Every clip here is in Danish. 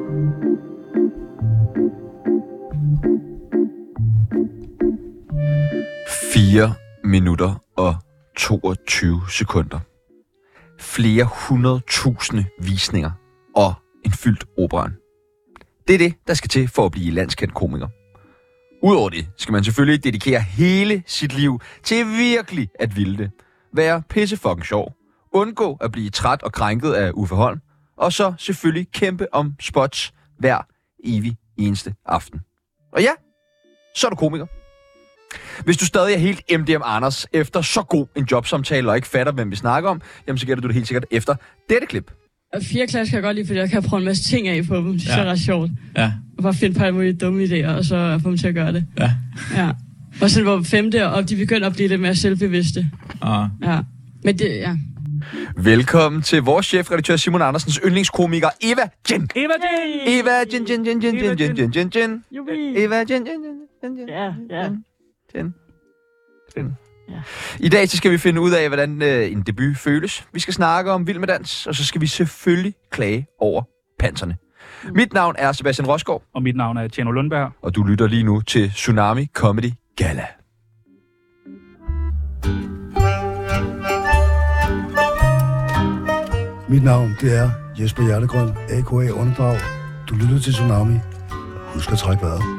4 minutter og 22 sekunder. Flere 100.000 visninger og en fyldt operan. Det er det, der skal til for at blive landskendt komiker. Udover det skal man selvfølgelig dedikere hele sit liv til virkelig at ville det. Være pissefucking sjov. Undgå at blive træt og krænket af Uffe Holm. Og så selvfølgelig kæmpe om spots hver evig eneste aften. Og ja, så er du komiker. Hvis du stadig er helt MDM Anders efter så god en jobsamtale og ikke fatter, hvem vi snakker om, jamen så gætter du det helt sikkert efter dette klip. 4. klasse kan jeg godt lide, fordi jeg kan prøve en masse ting af på dem. Det er ret sjovt. Ja. Og bare finde på alle mulige dumme idéer, og så få dem til at gøre det. Ja. Og så var 5. og de begynder at blive lidt mere selvbevidste. Ja. Men det, ja. Velkommen til vores chefredaktør Simon Andersens yndlingskomiker Eva Jin. Eva Jin. Eva Jin. Ja. Ja. I dag så skal vi finde ud af, hvordan en debut føles. Vi skal snakke om Vild med Dans, og så skal vi selvfølgelig klage over panserne. Mit navn er Sebastian Rosgaard. Og mit navn er Tjano Lundberg. Og du lytter lige nu til Tsunami Comedy Gala. Mit navn, det er Jesper Hjertegrøn, a.k.a. Underdrag. Du lytter til Tsunami. Husk at trække vejret.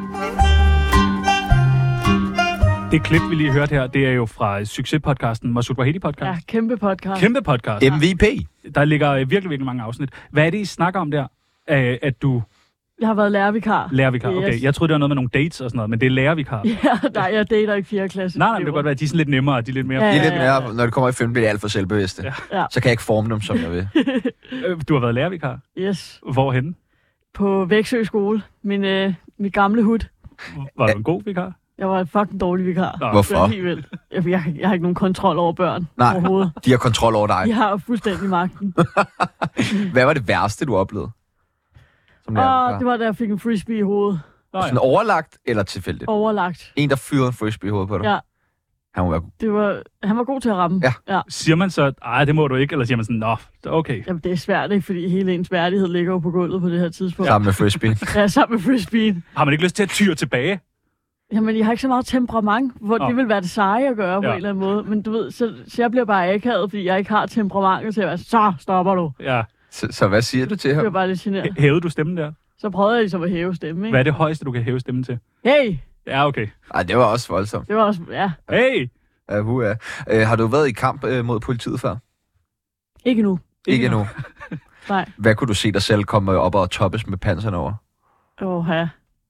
Det klip, vi lige hørte her, det er jo fra succespodcasten Masud Vahedi podcast. Ja, kæmpe podcast. Kæmpe podcast. MVP. Der ligger virkelig mange afsnit. Hvad er det, I snakker om der? At du... Jeg har været lærervikar. Lærervikar, okay. Yes. Jeg troede, det var noget med nogle dates og sådan noget, men det er lærervikar. Ja, nej, jeg dater ikke 4. klasse. Nej, det kan godt være, at de er sådan lidt nemmere, de er lidt mere... De er lidt mere, når det kommer i 5, bliver de alt for selvbevidste. Ja. Så kan jeg ikke forme dem, som jeg vil. Du har været lærervikar? Yes. Hvorhenne? På Væksø skole. Mit gamle hud. Var du en god vikar? Jeg var en fucking dårlig vikar. Nå. Hvorfor? Jeg har ikke nogen kontrol over børn overhovedet. De har kontrol over dig. De har fuldstændig magten. Hvad var det værste, du oplevede? Det var, da jeg fik en frisbee i hovedet. Sådan overlagt eller tilfældigt? Overlagt. En, der fyrede en frisbee i hovedet på dig? Ja. Han var god til at ramme. Ja. Siger man så, det må du ikke, eller siger man sådan, okay. Jamen, det er svært, ikke? Fordi hele ens værdighed ligger jo på gulvet på det her tidspunkt. Sammen med frisbeen. Ja, sammen med frisbeen. Har man ikke lyst til at tyre tilbage? Jamen, jeg har ikke så meget temperament, hvor det vil være det seje at gøre på en eller anden måde. Men du ved, så jeg bliver bare akavet, fordi jeg ikke har temperament til at være, så stopper du. Ja. Så hvad siger du til ham? Jeg bliver bare lidt generet. Hævede du stemmen der? Så prøvede jeg ligesom at hæve stemmen, ikke? Hvad er det højeste, du kan hæve stemmen til? Hey! Ja, okay. Ej, det var også voldsomt. Det var også, ja. Hey! Ja. Har du været i kamp mod politiet før? Ikke nu. Ikke nu. Nej. Hvad kunne du se dig selv komme op og toppes med panserne over? Ja.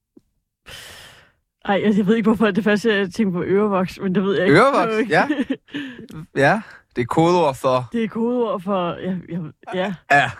Ej, jeg ved ikke, hvorfor det første, jeg tænkte på ørevoks, men det ved jeg ikke. Ørevoks, ja. Ja, det er kodeord for... Det er kodeord for... Ja.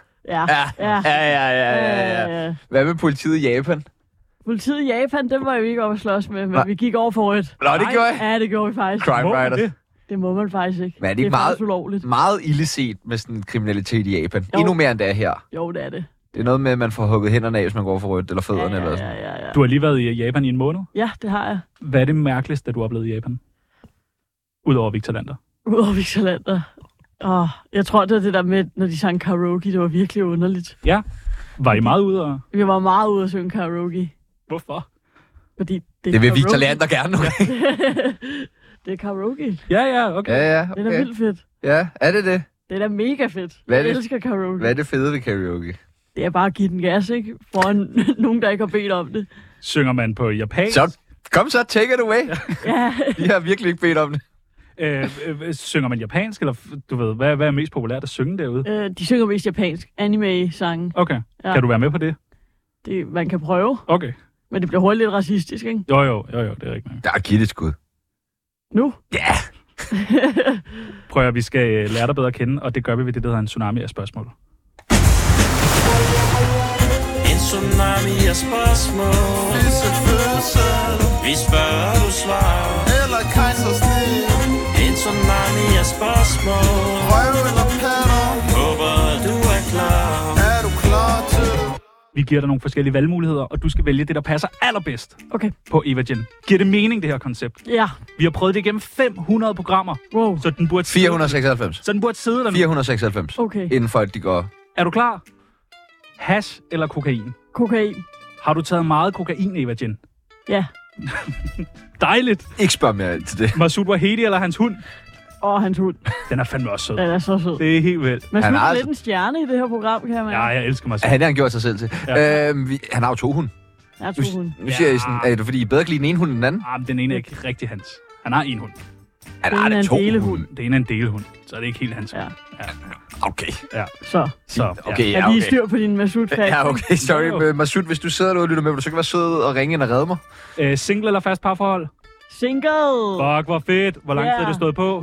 Hvad med politiet i Japan? Politiet i Japan, dem var jo ikke op at slås med, men vi gik over for rødt. Nå, det gjorde jeg. Ja, det gjorde vi faktisk. Crime Riders. Det må man faktisk ikke. Men er det ikke faktisk ulovligt. Meget illeset med sådan kriminalitet i Japan? Jo. Endnu mere end det er her. Jo, det er det. Det er noget med, at man får hugget hænderne af, hvis man går for rødt, eller fødderne eller sådan. Ja. Du har lige været i Japan i en måned? Ja, det har jeg. Hvad er det mærkeligste, du har oplevet i Japan? Udover Victor Lander. Udover Victor Lander? Jeg tror, det er det der med, når de sang karaoke, det var virkelig underligt. Ja. Var I meget ude og... Vi var meget ude at synge karaoke. Hvorfor? Fordi det vil Victor Lander gerne nu. Det er karaoke. Ja, okay. Ja, okay. Det er da vildt fedt. Ja, er det det? Det er da mega fedt. Jeg elsker karaoke. Hvad er det fede ved karaoke? Det er bare at give den gas, ikke? Foran nogen, der ikke har bedt om det. Synger man på japansk? Så, kom så, take it away. Ja. De har virkelig ikke bedt om det. Synger man japansk, eller du ved, hvad er mest populært at synge derude? De synger mest japansk. Anime-sange. Okay. Ja. Kan du være med på det? Man kan prøve. Okay. Men det bliver hurtigt lidt racistisk, ikke? Jo, det er rigtigt. Der er givet et skud. Nu? Ja! Prøv at vi skal lære dig bedre at kende, og det gør vi ved det, der hedder en tsunami af spørgsmål. En tsunami af spørgsmål. Vi spørger, du svarer. Eller kejsersnit. En tsunami af spørgsmål. Røv eller patter. Håber, du er klar. Er du klar til det? Vi giver dig nogle forskellige valgmuligheder, og du skal vælge det, der passer allerbedst på Eva Jin. Giver det mening, det her koncept? Ja. Vi har prøvet det igennem 500 programmer. Wow. Så den burde 496. Så den burde sidde der nu. 496. Okay. Inden for, at de går... Er du klar? Hash eller kokain? Kokain. Har du taget meget kokain, Eva Jen? Ja. Dejligt. Ikke spørg mere ind til det. Masoud Vahedi eller hans hund? Og hans hund. Den er fandme også sød. Den er så sød. Det er helt vildt. Men Han han er er lidt en stjerne i det her program, kan man. Ja, jeg elsker Masoud. Han har gjort sig selv til. Ja. Han har jo 2 hunde. Jeg har 2 hunde. Nu siger I sådan, er det fordi I bedre kan lide den ene hund end den anden? Men den ene er ikke rigtig hans. Han har en hund. Han Den har er det en 2 delehund. hunde. Det ene er en delehund, så er det ikke helt hans hund. Ja. Okay. Så. Så, Okay, Jeg ja, lige okay. styr på din Masoud-fakt. Ja, okay, sorry. Jo. Masoud, hvis du sidder derude og lytter med, vil du så ikke være sød og ringe ind og redde mig? Single eller fast parforhold? Single. Fuck, hvor fedt. Hvor lang tid er det stået på?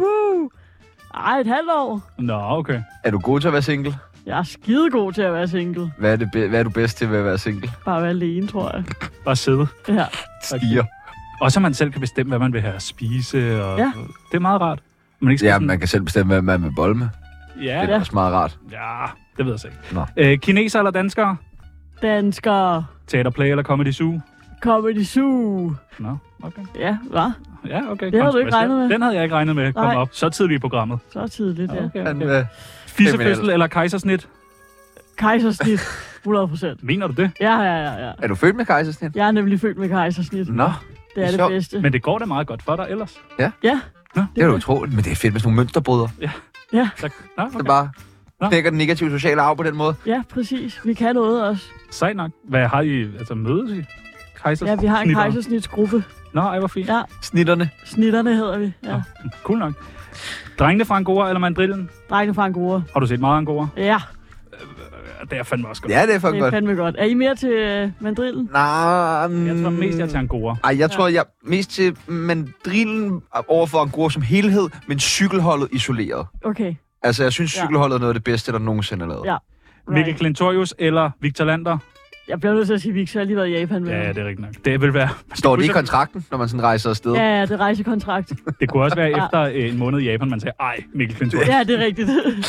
Ej, et halvt år. Nå, okay. Er du god til at være single? Jeg er skidegod til at være single. Hvad er du bedst til ved at være single? Bare at være alene, tror jeg. Bare sidde. Ja. Stiger. Og så man selv kan bestemme, hvad man vil have at spise. Og Ja. Det er meget rart. Man ikke skal Ja, sådan... man kan selv bestemme, hvad man vil bolle med. Ja, Det er også meget rart. ja, det ved jeg så ikke. Nå. Kineser eller danskere? Dansker. Teaterplay eller Comedy Zoo? Comedy Zoo. Nå, okay. Ja, hvad? Ja, okay. Det havde du ikke regnet med. Den havde jeg ikke regnet med at komme Nej. op så tidligt i programmet. Så tidligt, ja. Okay, Men, okay. Fissefødsel eller kejsersnit? Kejsersnit. 100%. Mener du det? Ja. er du født med kejsersnit? Jeg er nemlig født med kejsersnit. Nå, Det er det sjovt. bedste. Men det går da meget godt for dig ellers. Ja. det er jo utroligt. Men det er fedt med sådan nogle mønsterbrydere. Ja, Så, nå, Så okay. bare Nå. knækker den negative sociale arv på den måde. ja, præcis. Vi kan noget også. Sejt nok. Hvad har I mødes i? Ja, vi har en kejsersnitsgruppe. Nå, ej, hvor fint. Ja, Snitterne. snitterne hedder vi. Ja. Cool nok. Drengene fra Angora eller mandrillen? Drengene fra Angora. Har du set meget Angora? Ja, Det er fandme også godt. Ja, det er fucking det er godt. fandme godt. Er I mere til mandrillen? Nej, Jeg tror mest, jeg er til Angora. Ej, jeg tror, jeg er mest til mandrillen overfor Angora som helhed, men cykelholdet isoleret. Okay. Altså, jeg synes, Ja. cykelholdet er noget af det bedste, der nogensinde er lavet. Ja. Mikkel Klintorius eller Victor Lander? Jeg bliver nødt til at sige, at vi ikke så har lige været i Japan med. Ja, det er rigtigt nok. Det vil være... Står det i kontrakten, når man sådan rejser afsted? Ja, det er rejsekontrakt. Det kunne også være Ja. efter en måned i Japan, man sagde, ej, Mikkel Klintorius. Ja, det er rigtigt.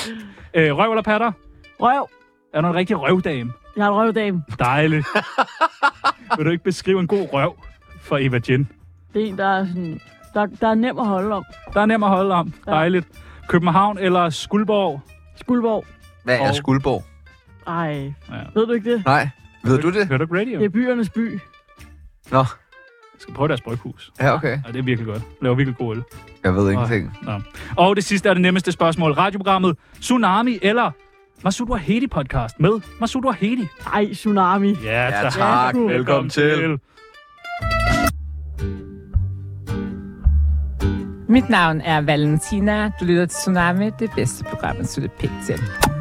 Røv eller patter? Røv. Er du en rigtig røvdame? Jeg er en røvdame. Dejligt. Vil du ikke beskrive en god røv for Eva Jen? Det er en, der er sådan... Der er nem at holde om. Der er nem at holde om. Ja. Dejligt. København eller Skuldborg? Skuldborg. Hvad er Og- Skuldborg? Ej, Ja. ved du ikke det? Nej. Ved du det? Hører du ikke radio? Det er byernes by. Nå, Jeg skal prøve deres bryghus. ja, okay. Ja, det er virkelig godt. Laver virkelig god øl. Jeg ved ingenting. Nå. Og det sidste er det nemmeste spørgsmål. Radioprogrammet Tsunami eller Masoud Vahedi podcast med Masoud Vahedi. Ej, tsunami. Ja, Ja, tak. tak. Velkommen til. Mit navn er Valentina. Du lytter til Tsunami, det bedste program, at slutte pænt til.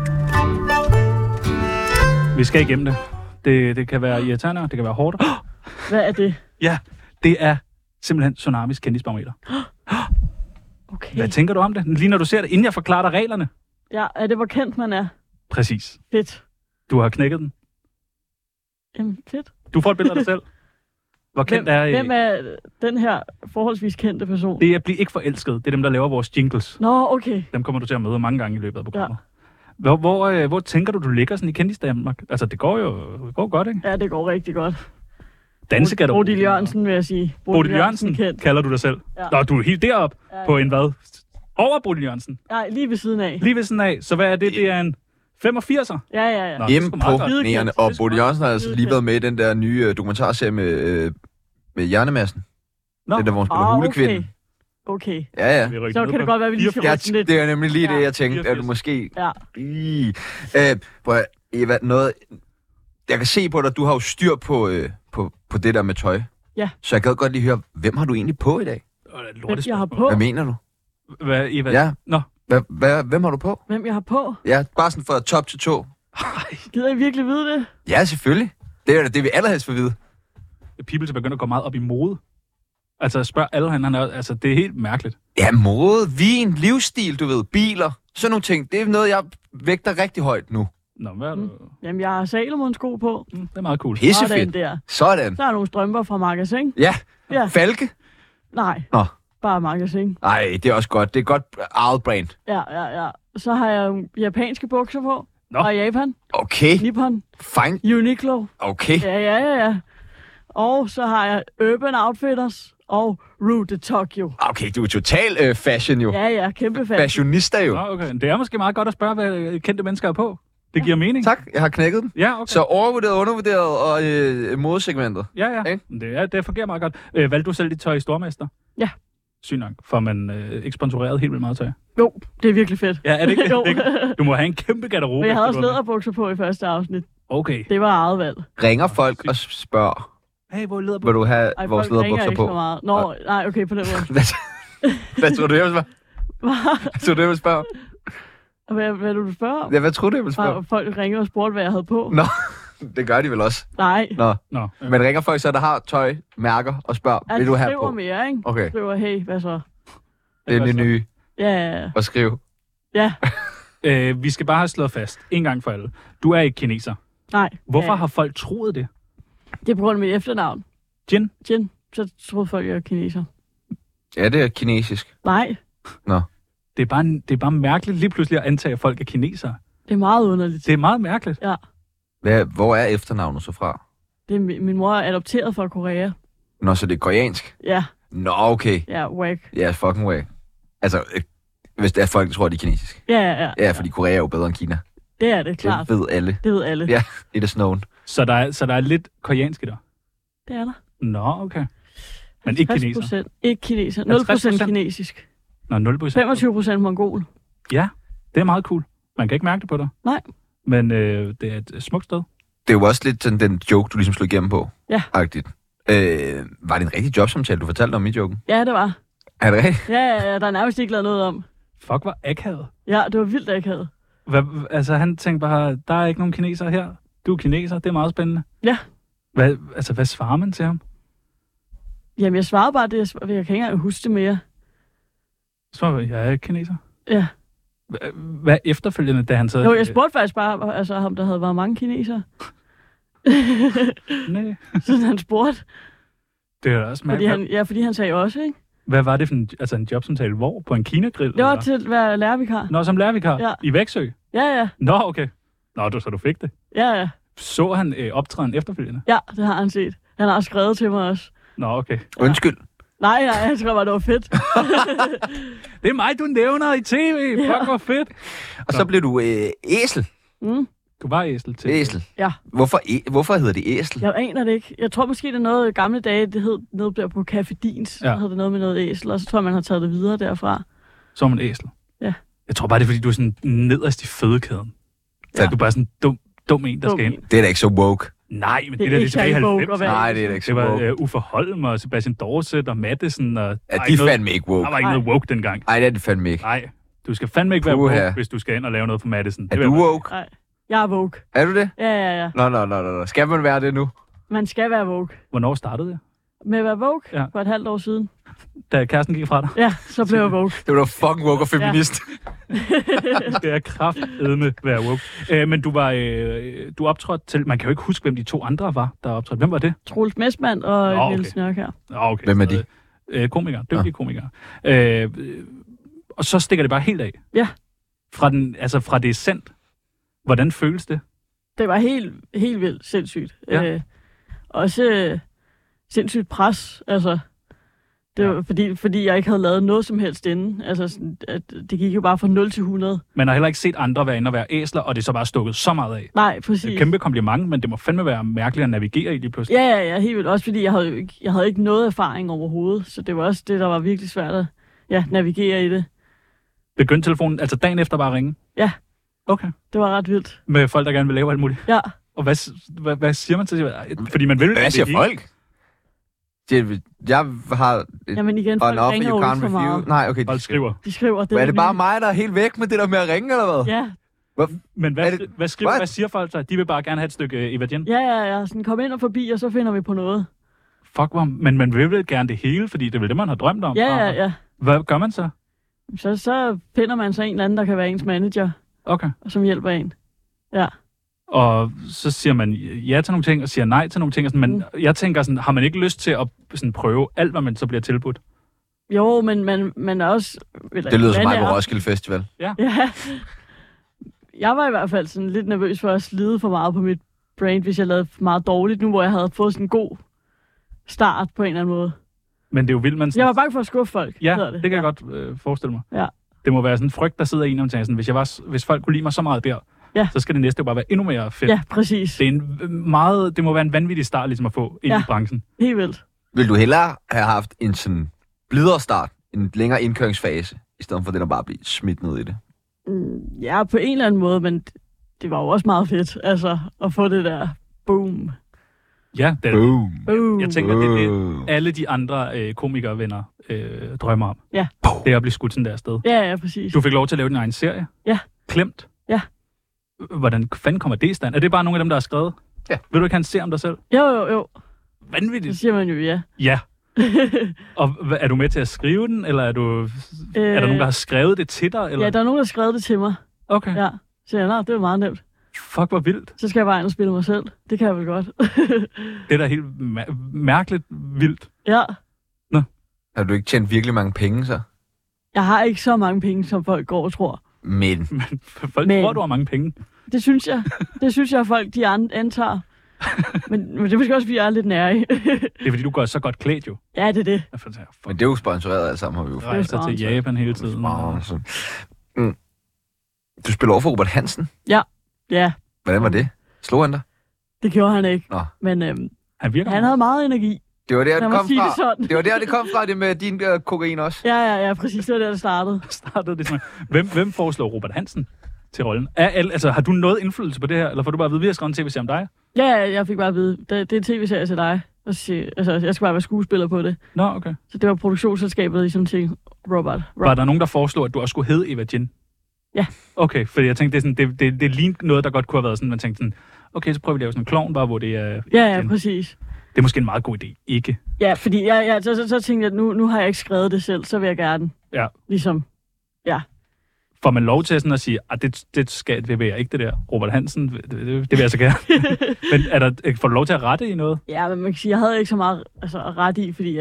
Vi skal igennem det. Det kan være irriterende, det kan være hårdt. Hvad er det? Ja, det er simpelthen Tsunamis kendisbarometer. Okay. Hvad tænker du om det? Lige når du ser det, inden jeg forklarer dig reglerne. Ja, er det, hvor kendt man er? Præcis. Fedt. Du har knækket den. Jamen, fedt. Du får et billede af dig selv. Hvor kendt Hvem er den her forholdsvis kendte person? Det er at blive ikke forelsket. Det er dem, der laver vores jingles. Nå, okay. Dem kommer du til at møde mange gange i løbet af programmet. Ja. Hvor tænker du ligger sådan i kendis Danmark? Altså, det går godt, ikke? Ja, det går rigtig godt. Dansegarderoben. Bodil Jørgensen, vil jeg sige. Bodil Jørgensen kendt. kalder du dig selv. Ja. Nå, du er helt deroppe Ja, på en hvad? Over Bodil Jørgensen. Nej, lige ved siden af. Lige ved sådan af. Så hvad er det? Det er en 85'er. Ja. Nå. det er sgu meget godt. Imponerende. Og Bodil Jørgensen har altså lige været med i den der nye dokumentarserie med hjernemassen. Nå. Det der, hvor hun spiller hulekvinden. Okay. Ja. Vi rykker Så ned kan på det godt være, at vi lige skal Ja, rykke den lidt. det er nemlig lige det, Ja. jeg tænkte, at du 84. måske... Ja. Prøv at, Eva, noget... Jeg kan se på dig, du har jo styr på det der med tøj. Ja. Så jeg gad godt lige høre, hvem har du egentlig på i dag? Hvem jeg har på? Hvad mener du? Hvad, Eva? Ja. Nå. Hvem har du på? Hvem jeg har på? Ja, bare sådan fra top til tå. Gider I virkelig vide det? Ja, selvfølgelig. Det er jo det, vi allerhelst vil vide. People begynder at gå meget op i mode. Altså, spørg alle han er, altså, det er helt mærkeligt. Ja, mode, vin, livsstil, du ved, biler. Sådan nogle ting. Det er noget, jeg vægter rigtig højt nu. Nå, hvad er du? Jamen, jeg har Salomon-sko på. Det er meget cool. Sådan Pissefedt. der. Sådan. Så er der nogle strømper fra Magasin. Ja. Ja. Falke? Nej, Nå. bare Magasin. Nej, det er også godt. Det er godt eget brand. Ja. Så har jeg japanske bukser på. Nå. Fra Japan. Okay. Nippon. Fine. Uniqlo. Okay. Ja. Og så har jeg Urban Outfitters og Route to Tokyo. Okay, du er total fashion jo. Ja, kæmpe fan. Fashionista jo. Nå, okay. Det er måske meget godt at spørge, hvad kendte mennesker er på. Det giver mening. Tak, jeg har knækket den. Ja, okay. Så overvurderet, undervurderet og modesegmentet. Ja. Ikke? Det fungerer meget godt. Valgte du selv dit tøj i Stormester? Ja. Sygt nok, for man ikke sponsoreret helt vildt meget tøj. Jo, det er virkelig fedt. Ja, er det ikke Jo. det? Du må have en kæmpe garderobe. Men jeg havde efter også du var med. læderbukser på i første afsnit. Okay. Det var eget valg. Ringer folk og spørger, Hey, hvor leder på? vil du have Ej, vores folk ringer læderbukser ikke på? så meget. Nå, nej, okay, på den måde. Hvad tror du, jeg vil spørge? Hvad tror du, jeg vil spørge? Hvad du spørger om? Ja, hvad tror du, jeg vil spørge? Folk ringer og spurgte, hvad jeg havde på. Nå, det gør de vel også. Nej. Nå. Men ringer folk så, der har tøj, mærker og spørger, vil du have skriver på? mere, ikke? Okay. Skriver, hey, hvad så? Det er det nye Ja. at skrive. Ja. Vi skal bare have slået fast, en gang for alle. Du er ikke kineser. Nej. Hvorfor har folk troet det? Det er på grund af mit efternavn. Jin? Jin. Så troede folk, jeg er kineser. Ja, det er kinesisk. Nej. Nå. Det er bare mærkeligt lige pludselig at antage, at folk er kinesere. Det er meget underligt. Det er meget mærkeligt. Ja. Hvor er efternavnet så fra? Det er, min mor er adopteret fra Korea. Nå, så det er koreansk? Ja. Nå, okay. Ja, whack. Ja, fucking way. Altså, hvis det er folk, der tror, de er kinesisk. Ja. Ja, fordi Korea er jo bedre end Kina. Det er det, klart. Det ved alle. Det ved alle. Ja, it is known. Så der er lidt koreansk i der? Det er der. Nå, okay. Men ikke kineser? 50%. Ikke kineser. 0% kinesisk. Nå, 0%. 25% mongol. Ja, det er meget cool. Man kan ikke mærke det på dig. Nej. Men det er et smukt sted. Det er jo også lidt sådan den joke, du ligesom slog igennem på. Ja. Agtigt. Var det en rigtig jobsamtale, du fortalte om i joken? Ja, det var. Er det rigtigt? Ja, der er nærmest ikke lavet noget om. Fuck, hvor akavet. Ja, det var vildt akavet. Altså, han tænkte bare, der er ikke nogen kinesere her. Du er kineser, det er meget spændende. Ja. Hvad svarer man til ham? Jamen, jeg svarede bare det, jeg kan ikke engang huske det mere. Så jeg er ikke kineser. Ja. Hvad efterfølgende, da han så... Jo, jeg spurgte faktisk bare, altså ham, der havde været mange kinesere. Nej. Så han spurgte. Det er da også mærkeligt. Fordi han sagde også, ikke? Hvad var det for en jobsamtale? Hvor? På en kinagrill? Det var til at være lærervikar. Nå, som lærervikar? Ja. I Væksø? Ja. Nå, okay. Nå, så du fik det? Ja. Så han optræden efterfølgende? Ja, det har han set. Han har skrevet til mig også. Nå, okay. Undskyld. Nej, jeg tror bare, det var fedt. Det er mig, du nævner i tv. Fuck, hvor fedt. Og så blev du æsel. Mm. Du var æsel til. Æsel. Ja. Hvorfor hedder det æsel? Jeg aner det ikke. Jeg tror måske, det er noget gamle dage, det hed noget der på Café Dins. Ja. Så hed det noget med noget æsel, og så tror jeg, man har taget det videre derfra. Som en æsel? Ja. Jeg tror bare, det er, fordi du er sådan nederst i fødekæden. Så du er bare sådan dum en, der skal ind. Det er da ikke så woke. Nej, men det er tilbage i 90'erne. Nej, det er da ikke så woke. Det var Uffe Holm og Sebastian Dorset og Madison. Og ja, de er fandme ikke woke. Der var ikke noget woke dengang. Nej, det er det fandme ikke. Nej, du skal fandme ikke være woke, hvis du skal ind og lave noget for Madison. Er du woke? Nej, jeg er woke. Er du det? Ja. Nå. Skal man være det nu? Man skal være woke. Hvornår startede det? Med at være woke? For et halvt år siden. Da kæresten gik fra dig? Ja, så blev jeg woke. Det var fucking woke og feminist. Det er kraftedme være woke. Men du optrådte til... Man kan jo ikke huske, hvem de to andre var, der optrådte. Hvem var det? Troels Messmann og Niels Nørkjær. Okay. Hvem er de? Komikere. Dygtige komikere. Og så stikker det bare helt af. Ja. Fra det er sendt. Hvordan føles det? Det var helt vildt sindssygt. Ja. Også sindssygt pres. Altså, det var fordi jeg ikke havde lavet noget som helst inden. Altså, sådan, det gik jo bare fra 0 til 100. Man har heller ikke set andre være inde og være æsler, og det er så bare stukket så meget af. Nej, præcis. Det er et kæmpe kompliment, men det må fandme være mærkeligt at navigere i lige pludselig. Ja, helt vildt. Også fordi jeg havde ikke noget erfaring overhovedet. Så det var også det, der var virkelig svært at navigere i det. Begyndte telefonen altså dagen efter bare at ringe? Ja. Okay. Det var ret vildt. Med folk, der gerne vil lave alt muligt? Ja. Og hvad siger man til det? Fordi man vil... Hvad siger folk? Jeg har jamen igen, folk ringer jo ikke for meget. Nej, okay. Folk skriver. De skriver. Det er det bare mig, der er helt væk med det der med at ringe, eller hvad? Ja. Men hvad skriver, hvad siger folk så? De vil bare gerne have et stykke Eva Jin? Ja. Sådan, kom ind og forbi, og så finder vi på noget. Fuck, men man vil vel gerne det hele, fordi det er vel det, man har drømt om? Ja. Hvad gør man så? Så finder man så en eller anden, der kan være ens manager. Okay. Og som hjælper en. Ja. Og så siger man ja til nogle ting, og siger nej til nogle ting. Men jeg tænker sådan, har man ikke lyst til at sådan prøve alt, hvad man så bliver tilbudt? Jo, men man er også... Det lyder som mig på Roskilde Festival. Ja. Jeg var i hvert fald sådan lidt nervøs for at slide for meget på mit brain, hvis jeg lavede meget dårligt nu, hvor jeg havde fået sådan en god start på en eller anden måde. Men det er jo vildt, man... Jeg var bange for at skuffe folk. Ja, det kan jeg godt forestille mig. Ja. Det må være sådan en frygt, der sidder i en om sådan, hvis folk kunne lide mig så meget der, Ja. Så skal det næste jo bare være endnu mere fedt. Ja, præcis. Det må være en vanvittig start ligesom at få ind i branchen. Helt vildt. Vil du hellere have haft en sådan blidere start, en længere indkøringsfase, i stedet for det, der bare bliver smidt ned i det? Ja, på en eller anden måde, men det var jo også meget fedt, altså, at få det der boom. Ja, det Boom. Boom. Jeg tænker, det er det, alle de andre komikervenner drømmer om. Ja. Det er at blive skudt sådan der sted. Ja, præcis. Du fik lov til at lave din egen serie. Ja. Klemt. Ja. Hvordan fanden kommer det i stand? Er det bare nogle af dem, der har skrevet? Ja. Vil du ikke have en serie om dig selv? Jo. Vanvittigt. Så siger man jo ja. Ja. Og er du med til at skrive den, eller er der nogen, der har skrevet det til dig? Eller? Ja, der er nogen, der har skrevet det til mig. Okay. Ja. Så jeg, det var meget nemt. Fuck, hvor vildt. Så skal jeg bare ind og spille mig selv. Det kan jeg vel godt. Det er da helt mærkeligt vildt. Ja. Nå. Har du ikke tjent virkelig mange penge, så? Jeg har ikke så mange penge, som folk går og tror. Men Folk tror, du har mange penge. Det synes jeg. Det synes jeg, at folk de antager. men det er måske også, fordi jeg er lidt nærig. Det er, fordi du går så godt klædt jo. Ja, det er det. det er jo sponsoreret alt sammen, har vi jo Rejser til Japan hele tiden. Du spiller over for Robert Hansen? Ja. Hvordan var det? Slog han dig? Det gjorde han ikke. Nå. Men han havde meget energi. Det var der, det kom fra. Det, det var der, det kom fra, det med din kokain også. Ja, præcis. Det var der, det startede. Det hvem foreslår Robert Hansen til rollen? Altså, har du noget indflydelse på det her, eller får du bare at vide, vi har skrevet en tv-serie om dig? Ja, jeg fik bare at vide, det er en tv-serie til dig. Altså, jeg skal bare være skuespiller på det. Nå, okay. Så det var produktionsselskabet ligesom til Robert. Var der nogen, der foreslog, at du også skulle hedde Eva Jin? Ja. Okay, fordi jeg tænkte, det lignede noget, der godt kunne have været sådan, man tænkte sådan, okay, så prøver vi at lave sådan en klovn, bare hvor det er... Ja, præcis. Det er måske en meget god idé, ikke? Ja, fordi så tænkte jeg, at nu har jeg ikke skrevet det selv, så vil jeg gerne ligesom, Får man lov til sådan at sige, at det vil jeg ikke, det der Robert Hansen, det vil jeg så gerne. Men får du lov til at rette i noget? Ja, men man kan sige, jeg havde ikke så meget at rette i, fordi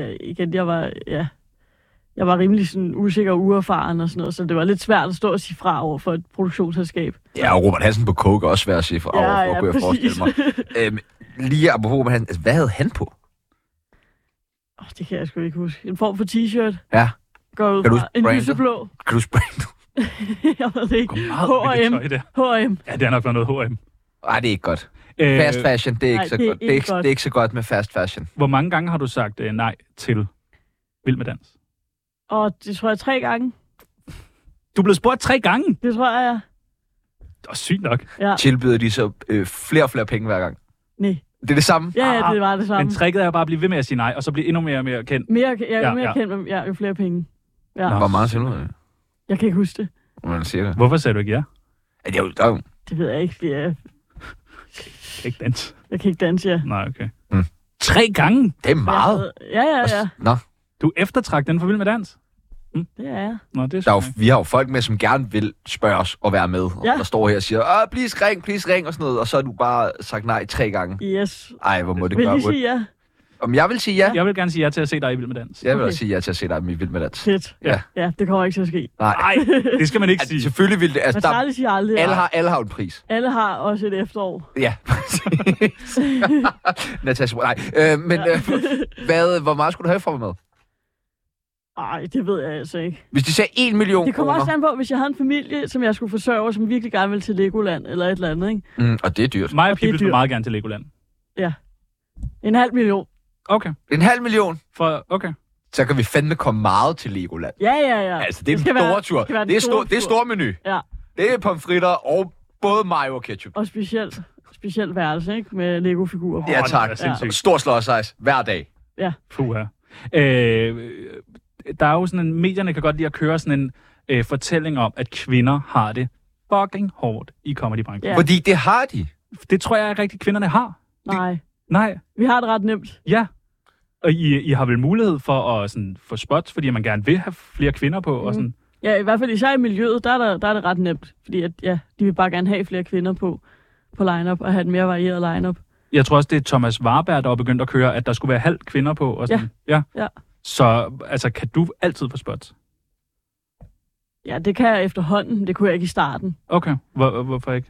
jeg var rimelig sådan usikker og uerfaren og sådan noget, så det var lidt svært at stå og sige fra over for et produktionsselskab. Ja, og Robert Hansen på coke er også svært at sige fra over for, kunne jeg forestille mig. Lige apropos Robert Hansen, altså, hvad havde han på? Det kan jeg sgu ikke huske. En form for t-shirt. Ja. Går ud fra en lyseblå. Kan du spraye? Jeg ved det ikke. H&M. Ja, det er nok noget H&M. Nej, det er ikke godt. Fast fashion, det er ikke så godt. Det er ikke så godt med fast fashion. Hvor mange gange har du sagt nej til Vild med Dans? Og det tror jeg 3 gange. Du er blevet spurgt 3 gange? Det tror jeg, ja. Det var sygt nok. Ja. Tilbyder de så flere og flere penge hver gang? Nej. Det er det samme? Ja, det var det samme. Men tricket er bare at blive ved med at sige nej, og så blive endnu mere kendt. Mere kendt, jo flere penge. Ja. Hvor meget tilbyder det? Jeg kan ikke huske det. Hvordan siger det? Hvorfor sagde du ikke ja? Det ved jeg ikke, fordi jeg kan ikke danse. Jeg kan ikke danse, ja. Nej, okay. 3 gange? Det er meget. Ja. Nå. Du eftertrak den for Vild med Dans? Det er jeg. Nå, det er vi har jo folk med, som gerne vil spørge os og være med. Ja. Og der står her og siger, please ring, og sådan noget. Og så har du bare sagt nej 3 gange. Yes. Ej, hvor må det gøre. Vil du sige ja? Om jeg vil sige ja? Jeg vil gerne sige ja til at se dig i Vild med Dans. Jeg vil også sige ja til at se dig i Vild med Dans. Fedt. Ja, det kommer ikke til at ske. Nej, det skal man ikke sige. Selvfølgelig vil det. Altså, man siger aldrig. Alle har en pris. Alle har også et efterår. Ja, præcis. Natasha, nej. Hvor meget skulle du have for mig med? Ej, det ved jeg altså ikke. Hvis de sagde 1 million kroner... Det kommer også an på, hvis jeg havde en familie, som jeg skulle forsørge, som virkelig gerne ville til Legoland eller et eller andet, ikke? Og det er dyrt. Mig og Pibel skulle meget gerne til Legoland. Ja. 500.000. Okay. 500.000? Okay. Så kan vi fandme komme meget til Legoland. Ja. Altså, det er en stor tur. Det er stor menu. Ja. Det er pomfritter og både mayo og ketchup. Og specielt værelse, ikke? Med Lego-figurer. Ja, tak. Stor slåsejs hver dag. Ja. Puha. Der er jo sådan en... Medierne kan godt lide at køre sådan en fortælling om, at kvinder har det fucking hårdt i comedybranchen. Ja. Fordi det har de. Det tror jeg ikke rigtigt, kvinderne har. Nej. Vi har det ret nemt. Ja. Og I har vel mulighed for at sådan, få spots, fordi man gerne vil have flere kvinder på? Og sådan. Ja, i hvert fald især i miljøet, der er det ret nemt. Fordi at, de vil bare gerne have flere kvinder på line-up og have et mere varieret line-up. Jeg tror også, det er Thomas Warberg, der er begyndt at køre, at der skulle være halv kvinder på. Og sådan. Ja. Så altså, kan du altid få spots? Ja, det kan jeg efterhånden. Det kunne jeg ikke i starten. Okay. Hvorfor ikke?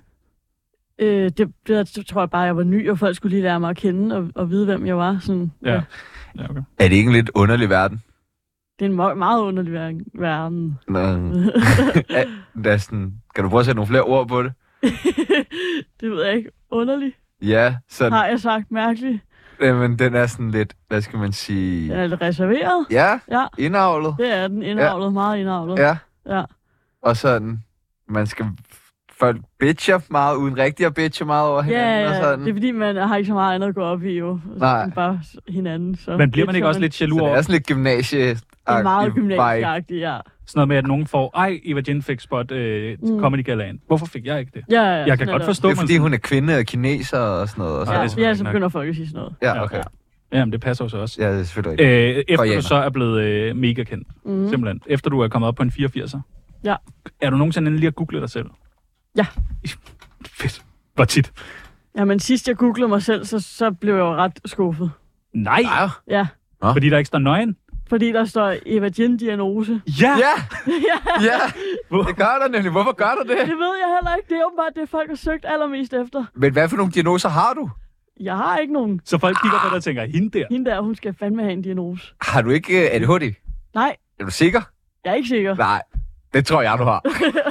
Det tror jeg bare, jeg var ny, og folk skulle lige lære mig at kende og vide, hvem jeg var. Sådan, ja, okay. Er det ikke en lidt underlig verden? Det er en meget underlig verden. Kan du prøve at sætte nogle flere ord på det? Det ved jeg ikke. Underligt. Ja, sådan. Har jeg sagt mærkeligt? Men den er sådan lidt, hvad skal man sige... Den er lidt reserveret. Ja, Ja, indavlet. det er den. Indavlet. Meget indavlet. Ja, Ja. og sådan, man skal... Folk bitcher meget, uden rigtig at bitche meget over hinanden og Ja, sådan. det er fordi, man har ikke så meget andet at gå op i, jo. Nej. Bare hinanden. Så Men bliver man ikke også lidt Så jaloux det over er sådan lidt gymnasie. Det er meget gymnasieagtigt, ja. sådan noget med, at nogen får, Eva Jen fik spot Comedy Galaen. Hvorfor fik jeg ikke det? Ja, Jeg kan sådan godt er forstå, Det er man fordi, hun er kvinde og kineser og sådan noget. Og så. Ja, Ja, det er selvfølgelig ja, så nok. begynder folk at sige sådan noget. Ja, okay. Jamen, det passer jo så også. Ja, det er selvfølgelig rigtigt. Efter Koreaner. du så er blevet mega kendt, simpelthen. Efter du er kommet op på en 84'er. Ja. Er du nogensinde inde lige at google dig selv? Ja. Fedt. Hvor tit? Jamen, sidst jeg googlede mig selv, så blev jeg jo ret skuffet. Nej, Ja, fordi der ikke står nøgen. fordi der står Eva Jen-diagnose. Ja! Ja, Ja, ja, det gør der nemlig. Hvorfor gør der det? det ved jeg heller ikke. Det er åbenbart det, folk har søgt allermest efter. Men hvad for nogle diagnoser har du? Jeg har ikke nogen. Så folk kigger på dig og tænker, hende der. Hende der, hun skal fandme have en diagnose. Har du ikke ADHD? Nej, Er du sikker? jeg er ikke sikker. Nej, det tror jeg, du har.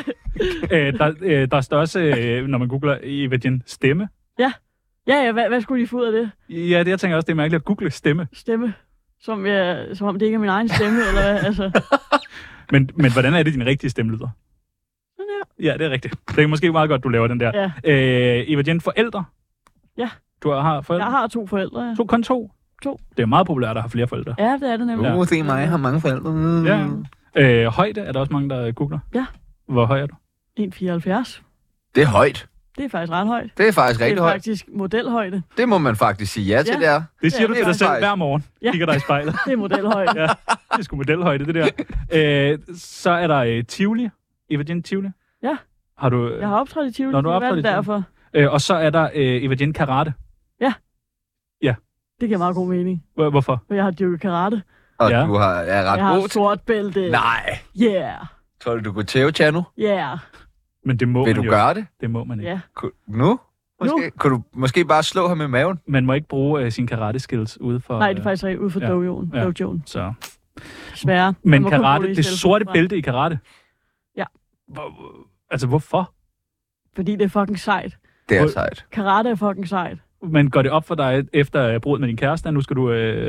Der står også, når man googler Eva Jen, stemme. Ja, hvad skulle de få ud af det? Ja, det jeg tænker også, det er mærkeligt at google stemme. Stemme? Som om det ikke er min egen stemme, eller hvad? Altså, Men hvordan er det, din rigtige stemme lyder? sådan her. Ja, det er rigtigt. Det er måske meget godt, du laver den der. Ja. Eva Jen, forældre? Ja. Du har forældre? Jeg har 2 forældre, ja. Kun to? To. Det er meget populært at have flere forældre. Ja, det er det nemlig. Ja. Se mig, jeg har mange forældre. Ja. Højde er der også mange, der googler. Ja. Hvor høj er du? 1,74. Det er højt. Det er faktisk ret højt. Det er faktisk Det rigtig er højt. faktisk modelhøjde. Det må man faktisk sige ja til, Ja. det er. Det siger Ja, du det til er dig selv faktisk- hver morgen. Ja. Kigger dig i spejlet. Det er modelhøjde. Ja, det er sgu modelhøjde, det der. Så er der Tivoli. Eva Jen Tivoli. Ja. Har du... Jeg har optrådt i Tivoli. Nå, du har det er optrådt i derfor. Og så er der Eva Jen Karate. Det giver meget god mening. Hvorfor? For jeg har dyrket karate. Og Ja. du er ret Jeg har god til... sort bælte. Nej. Yeah. Tror du kunne tæve Chano? Yeah. Men det må Vil man du jo. gøre det? Det må man ikke. Ja. Nu? Måske? Kunne du måske bare slå ham i maven? Man må ikke bruge sine karate-skills ude for... Nej, det er faktisk ude for ja. dojoen. Ja. Dojoen. Så. Desværre. Men Man må kun bruge karate, i det stedet sorte for- bælte i karate? Ja. Altså, hvorfor? Fordi det er fucking sejt. Det er sejt. Karate er fucking sejt. Men går det op for dig efter bruddet med din kæreste, at nu skal du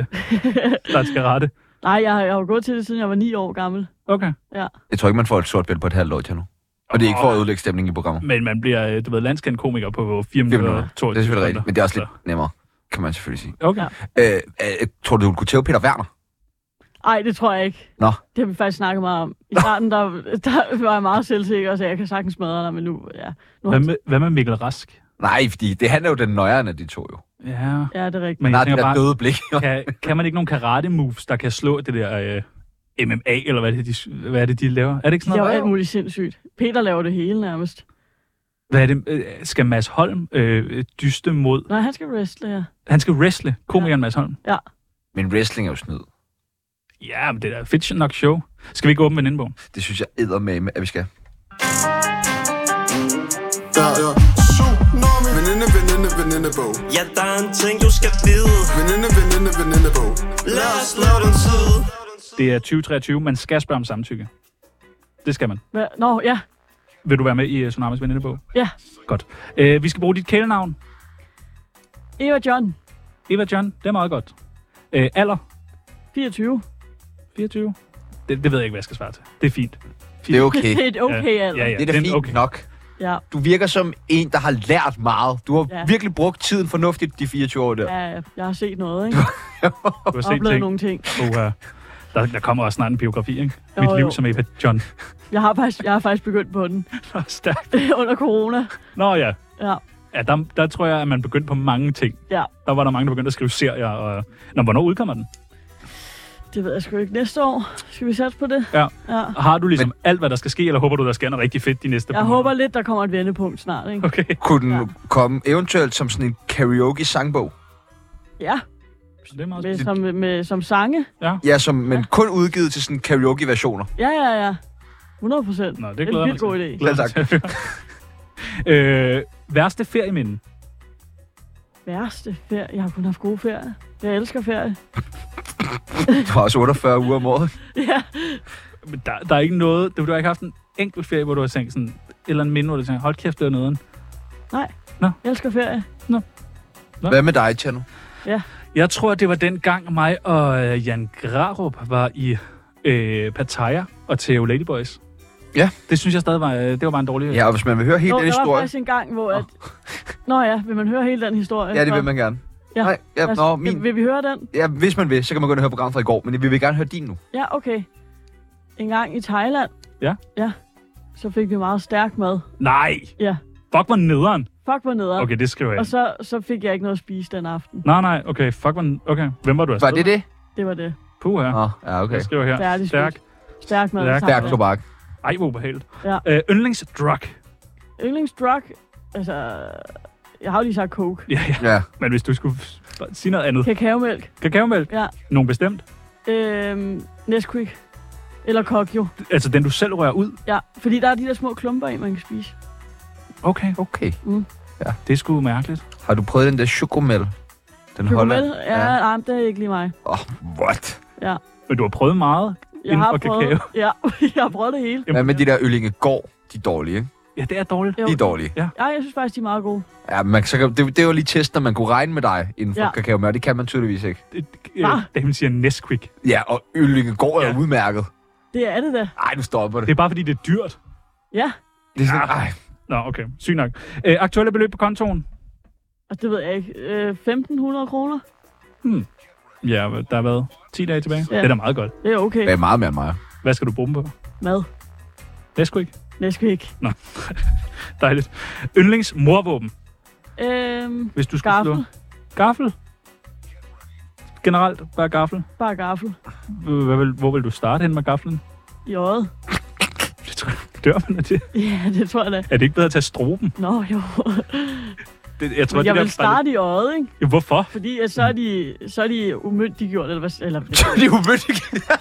starte karate? Nej, jeg har jo gået til det, siden jeg var 9 år gammel. Okay. Ja. Jeg tror ikke, man får et sort bælte på et halvt år, Chano. Og det er ikke for at ødelægge stemningen i programmet. Men man bliver, du ved, landskendt komiker på 4 minutter. Det er 22 selvfølgelig rigtigt, men det er også lidt Så. nemmere, kan man selvfølgelig sige. Okay. Ja. Tror du kunne tæve Peter Werner? Ej, det tror jeg ikke. Nå. Det har vi faktisk snakket meget om. I starten, der var jeg meget selvsikker, så jeg kan sagtens smadre dig, men nu, ja. Nu Hvad med Mikkel Rask? Nej, fordi det handler jo den nøjeren af de to jo. Ja. Ja, det er rigtigt. Men Nej, jeg det tænker der bare, døde blik. kan man ikke nogen karate-moves, der kan slå det der MMA, eller hvad er det, de laver? Er det ikke Det sådan er jo noget? alt muligt sindssygt. Peter laver det hele nærmest. Hvad er det? Skal Mads Holm dyste mod... Nej, han skal wrestle, ja. Han skal wrestle, komikeren Mads Holm. Men wrestling er jo snyd. Ja, men det er da fedt nok show. Skal vi ikke åbne venindebogen? Det synes jeg eddermame, at vi skal. Ja. Tsunami. Venindebog. Ja, der er en ting, du skal vide. Venindebog. Lad os slå den tid. Det er 2023. Man skal spørge om samtykke. Det skal man. Nå, ja. Vil du være med i Tsunamis venindebog? Ja. Godt. Vi skal bruge dit kælenavn. Eva John, Eva John, det er meget godt. Alder? 24. 24. Det ved jeg ikke, hvad jeg skal svare til. Det er fint. Det er okay. Det er et okay alder. Ja. Det er da den fint okay. nok. Ja. Du virker som en, der har lært meget. Du har Ja. virkelig brugt tiden fornuftigt de 24 år der. Ja, jeg har set noget, ikke? Du har set Oplevet ting. nogle ting. Der kommer også snart en biografi, ikke? Jo, Mit liv jo. som Eva John. Jeg har faktisk begyndt på den Stærkt. under corona. Nå ja. Ja. Ja, der tror jeg, at man begyndte på mange ting. Ja. Der var der mange, der begyndte at skrive serier. Og... Nå, hvornår udkommer den? Det ved jeg sgu ikke. Næste år skal vi satse på det. Ja. Ja. Har du ligesom alt, hvad der skal ske, eller håber du, der sker noget rigtig fedt de næste Jeg par håber lidt, der kommer et vendepunkt snart, ikke? Okay. Kunne den Ja. komme eventuelt som sådan en karaoke-sangbog? Ja, Så det er meget som sange. Ja, men kun udgivet til sådan karaoke-versioner. Ja. 100%. Nå, det Det er glæder en mig vildt til. god idé. Glæder mig til at høre. Værste ferieminde? Værste ferie. Jeg har kun haft gode ferie. Jeg elsker ferie. Du har også 48 uger om året. Ja. Men der er ikke noget... Du har ikke haft en enkelt ferie, hvor du har tænkt sådan... Eller en minde, hvor du tænker, hold kæft, det er noget. Nej. Nå. Jeg elsker ferie. Hvad med dig, Tjerno? Jeg tror, det var den gang mig og Jan Grarup var i Pattaya og Theo Ladyboys. Ja. Det synes jeg stadig var, det var bare en dårlig... Ja, og hvis man vil høre hele den der var historie... faktisk en gang, hvor at... Nå ja, vil man høre hele den historie? Ja, det vil man gerne. Ja. Nej, ja, Altså, min... vil vi høre den? Ja, hvis man vil, så kan man gå ind og høre programmet fra i går, men vi vil gerne høre din nu. Ja, okay. En gang i Thailand. Ja. Ja. Så fik vi meget stærk mad. Nej! Ja. Fuck, hvor nederen. Fuck, hvor nederen. Okay, det skriver jeg. Og så fik jeg ikke noget at spise den aften. Nej, okay. Fuck, hvor... Okay, hvem var du afsted? Var det det? Det var det. Puh, ja. Ja, okay. Jeg skriver her. Færdig Stærk. spist. Stærk mad. Stærk. Stærk tobak. Ej, hvor ubehageligt. Ja. Yndlingsdrug. Yndlingsdrug. Altså, jeg har jo lige sagt coke. Ja. Men hvis du skulle sige noget andet. Kakaomælk. Kakaomælk? Ja. Nogen bestemt? Nesquik. Eller Kokyo. Altså den, du selv rører ud? Ja, fordi der er de der små klumper i, man kan spise. Okay. Ja. Det er sgu mærkeligt. Har du prøvet den der chokomel? Den Chokomel? Ja, det er ikke lige mig. What? Ja. Men du har prøvet meget inden for kakao? Ja, jeg har prøvet det hele. Hvad med de der Øllingegård? De er dårlige, ikke? Ja, det er dårligt. Jo. De er dårlige. Ja. Ja, jeg synes faktisk, de er meget gode. Ja, det var lige test, når man kunne regne med dig inden for kakaomel. Det kan man tydeligvis ikke. Da man siger Nesquik. Ja, og Øllingegård er udmærket. Det er det da. Ej, nu stopper det. Det er bare fordi, det er dyrt. Ja. Det er sådan, ej. Nå, okay. Sygt nok. Aktuelle beløb på kontoen? Og det ved jeg ikke. 1.500 kroner? Ja, der har været 10 dage tilbage. Ja. Det er da meget godt. Det er okay. Det er meget mere end mig. Hvad skal du bruge dem på? Mad. Nesquik? Nesquik. Nå, dejligt. Yndlingsmorvåben? Hvis du skulle gaffel. slå. Gaffel? Generelt bare gaffel? Bare gaffel. Hvor vil du starte hen med gaffelen? I øjet. Det tror jeg, dør man af det? Ja, det tror jeg da. Er det ikke bedre at tage stroben? Nå, jo. Jeg tror, men jeg vil starte i øjet, ikke? Jo, hvorfor? Fordi så er de umyndiggjort, eller hvad? Så er de umyndiggjort?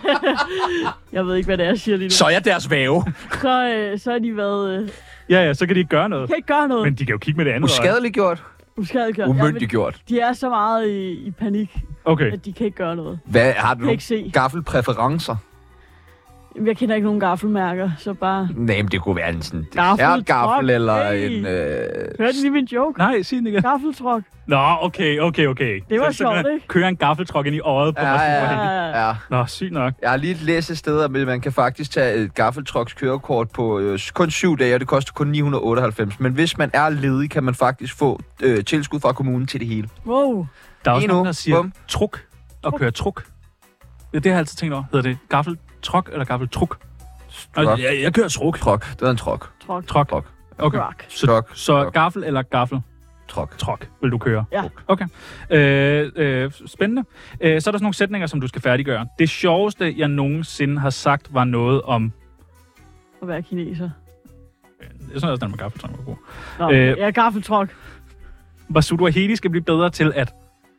Jeg ved ikke, hvad det er, jeg siger lige nu. Så er jeg deres væve. Så har de været... Ja, så kan de ikke gøre noget. De kan ikke gøre noget. Men de kan jo kigge med det andet. Uskadeliggjort? Uskadeliggjort. Umyndiggjort. Ja, de er så meget i panik, at de kan ikke gøre noget. Hvad, har du nogle gaffelpræferencer? Jeg kender ikke nogen gaffelmærker, så bare... Nej, men det kunne være en sådan gaffel eller en... Hørte I lige min joke? Nej, sig den ikke. Gaffeltruck. Nå, okay. Det var sjovt, ikke? Køre en gaffeltruck ind i øjet på mig. Ja. Nå, sygt nok. Jeg har lige læst et sted, at man kan faktisk tage et gaffeltrucks kørekort på kun 7 dage, og det koster kun 998. Men hvis man er ledig, kan man faktisk få tilskud fra kommunen til det hele. Wow. Der er også nogen, der siger truk og køre truk. Ja, det har jeg altid tænkt over. Hedder det gaffeltruck eller gaffeltruk? Jeg kører truk. Det er en truk. Truk. Okay. Så gaffel eller gaffel? Truk vil du køre. Ja. Okay. Spændende. Så er der sådan nogle sætninger, som du skal færdiggøre. Det sjoveste, jeg nogensinde har sagt, var noget om... At være kineser. Det er sådan også, den med gaffeltruk var god. Nå, ja, gaffeltruk. Masud skal blive bedre til at...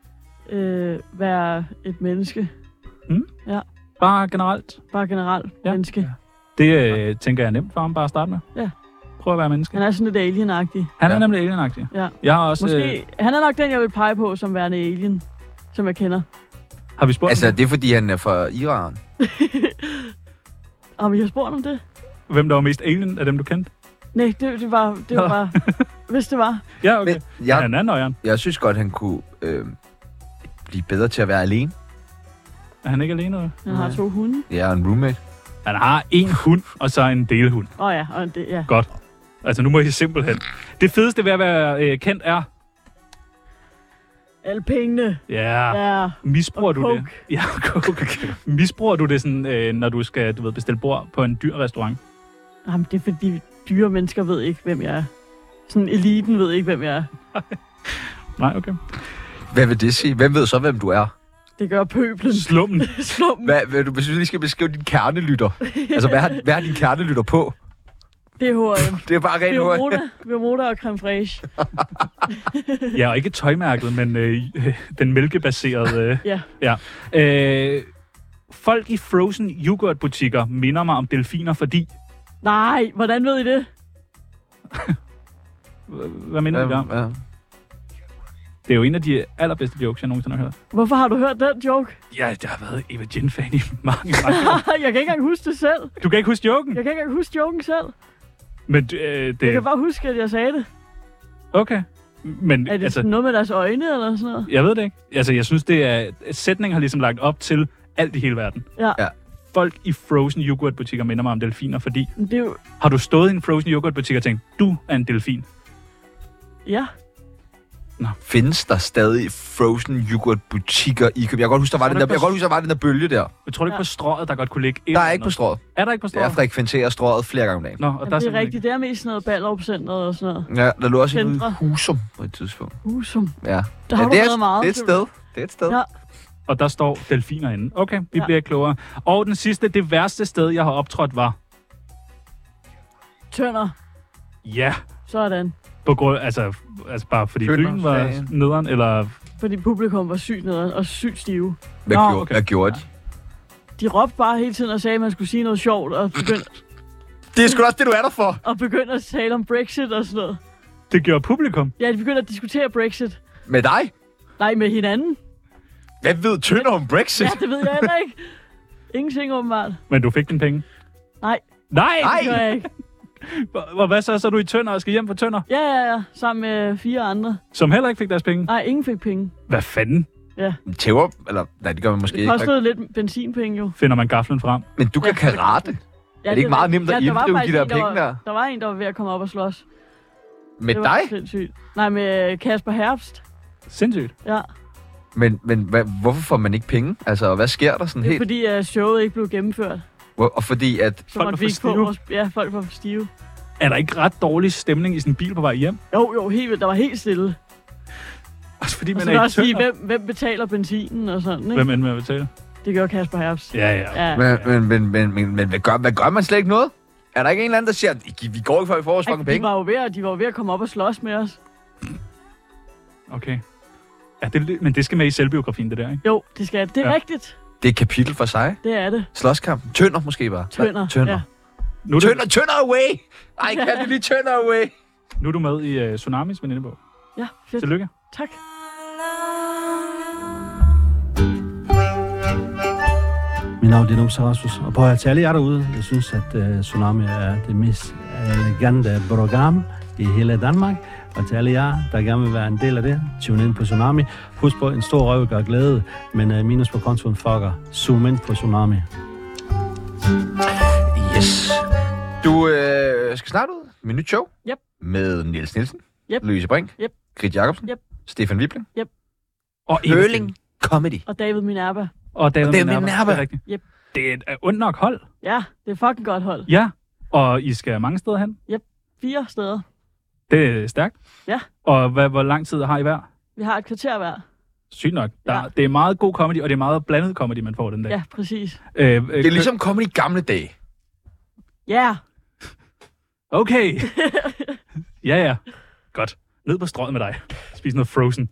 være et menneske. Ja. Bare generelt menneske. Det tænker jeg er nemt for ham bare at starte med. Ja. Prøv at være menneske. Han er sådan lidt alien-agtig. Han er nemlig alien-agtig. Ja. Jeg har også... Måske, han er nok den, jeg vil pege på som værende alien, som jeg kender. Har vi spurgt Altså, det er fordi, han er fra Iran. Har vi har spurgt om det? Hvem der var mest alien af dem, du kendte? Nej, det var bare... hvis det var. Ja, okay. Han er nøjeren. Jeg synes godt, han kunne blive bedre til at være alene. Er han ikke alene? Han har 2 hunde. Ja, en roommate. Han har 1 hund, og så en delhund. Ja, og det, ja. Godt. Altså, nu må I simpelthen... Det fedeste ved at være kendt er... Alle pengene. Ja. Misbruger du det? Ja, coke. Misbruger du det sådan, når du skal bestille bord på en dyr restaurant? Jamen, det er fordi dyre mennesker ved ikke, hvem jeg er. Sådan eliten ved ikke, hvem jeg er. Nej, okay. Hvad vil det sige? Hvem ved så, hvem du er? Det gør pøblen. Slummen. Hvis du lige skal beskrive din kernelytter. Altså, hvad har din kernelytter på? Det er H&M. Det er bare rent H&M. Vermuda og creme fraiche. Ja, og ikke tøjmærket, men den mælkebaserede... Ja. Folk i frozen yoghurtbutikker minder mig om delfiner, fordi... Nej, hvordan ved I det? Hvad mener du om? Ja. Det er jo en af de allerbedste jokes, jeg nogensinde har hørt. Hvorfor har du hørt den joke? Ja, jeg har været Eva Jen-fan i mange år. Jeg kan ikke engang huske det selv. Du kan ikke huske joken? Jeg kan ikke engang huske joken selv. Men Jeg kan bare huske, at jeg sagde det. Okay. Men, Er det sådan noget med deres øjne, eller sådan noget? Jeg ved det ikke. Altså, jeg synes, det er... Sætningen har ligesom lagt op til alt i hele verden. Ja. Folk i frozen yoghurtbutikker minder mig om delfiner, fordi... Det er jo... Har du stået i en frozen yoghurtbutik og tænkt, du er en delfin? Ja. Findes der stadig frozen yoghurt-butikker i København? Jeg kan godt huske, der var den der bølge der. Jeg tror ikke på strøget, der godt kunne ligge... Der er ikke på strået. Er der ikke på strøget? Jeg frekventerer strået flere gange om dagen. Nå, og der Det er rigtigt. Det er mest sådan noget Ballerup-centret og sådan noget. Ja, der lå også Centre. et Husum på et tidspunkt. Husum. Ja. Der har du været meget. Det er et sted. Det er et sted. Ja. Og der står delfiner inde. Okay, vi bliver klogere. Og den sidste, det værste sted, jeg har optrådt, var... Tønder. Ja. Sådan. På grund, altså bare fordi byen var nederen, eller... Fordi publikum var sygt nederen og sygt stive. Hvad gjorde de? De råbte bare hele tiden og sagde, at man skulle sige noget sjovt og begyndte... Det er sgu også det, du er der for. Og begyndte at tale om Brexit og sådan noget. Det gjorde publikum? Ja, de begyndte at diskutere Brexit. Med dig? Nej, med hinanden. Hvad ved Tønder om Brexit? Ja, det ved jeg heller ikke. Ingenting åbenbart. Men du fik din penge? Nej. Nej! Det gør jeg ikke. Og hvad så? Så er du i Tønder og skal hjem fra Tønder? Ja. Sammen med 4 andre. Som heller ikke fik deres penge? Nej, ingen fik penge. Hvad fanden? Ja. Tæver? Eller, nej, det gør man måske ikke. Det kostede lidt benzinpenge jo. Finder man gaflen frem? Men du kan karate. Ja, er det ikke meget nemt at inddrive de der penge der? Der var en, der var ved at komme op og slås. Med det var dig? Sindssygt. Nej, med Kasper Herbst. Sindssygt? Ja. Men hvorfor får man ikke penge? Altså, hvad sker der sådan helt? helt? Det er fordi, showet ikke blev gennemført. Og fordi at... Så folk var for stive? Ja, folk var for stive. Er der ikke ret dårlig stemning i sådan en bil på vej hjem? Jo, helt vildt. Der var helt stille. Også fordi man og så er i også sige, Tønder. hvem betaler benzinen og sådan, ikke? Hvem endte med at betale? Det gør Kasper Herbst. Ja. Men hvad gør man slet ikke noget? Er der ikke en eller anden, der siger, at vi går ikke for, at vi får vores fucking penge? De var jo ved at komme op og slås med os. Okay. Ja, men det skal med i selvbiografien, det der, ikke? Jo, det skal det. Det er rigtigt. Det er et kapitel for sig. Det er det. Slåskampen. Tønder måske bare. Tønder. Ja. Tønder away! Ej, kan det lige Tønder away? Nu er du med i Tsunamis venindebog. Ja, fedt. Tillykke. Tak. Mit navn er Numse Rasmus, og prøv at til alle jer derude. Jeg synes, at Tsunami er det mest elegante program i hele Danmark. Og til alle jer, der gerne vil være en del af det, tune ind på Tsunami. Husk på, en stor røv gør glæde, men minus på kontoen fucker. Zoom ind på Tsunami. Yes. Du skal snart ud med et nyt show. Yep. Med Niels Nielsen. Yep. Louise Brink. Yep. Grit Jacobsen. Yep. Stefan Wibling. Yep. Og Hørling Comedy. Og David Minerva. Og David Minerva. Det er rigtigt. Yep. Det er et ondt nok hold. Ja, det er fucking godt hold. Ja, og I skal mange steder hen? Yep, 4 steder. Det er stærkt. Ja. Og hvor lang tid har I hver? Vi har et kvarter hver. Sygt nok. Det er meget god comedy, og det er meget blandet comedy, man får den dag. Ja, præcis. Det er ligesom comedy i gamle dage. Ja. Yeah. Okay. ja. Godt. Ned på strøget med dig. Spis noget frozen.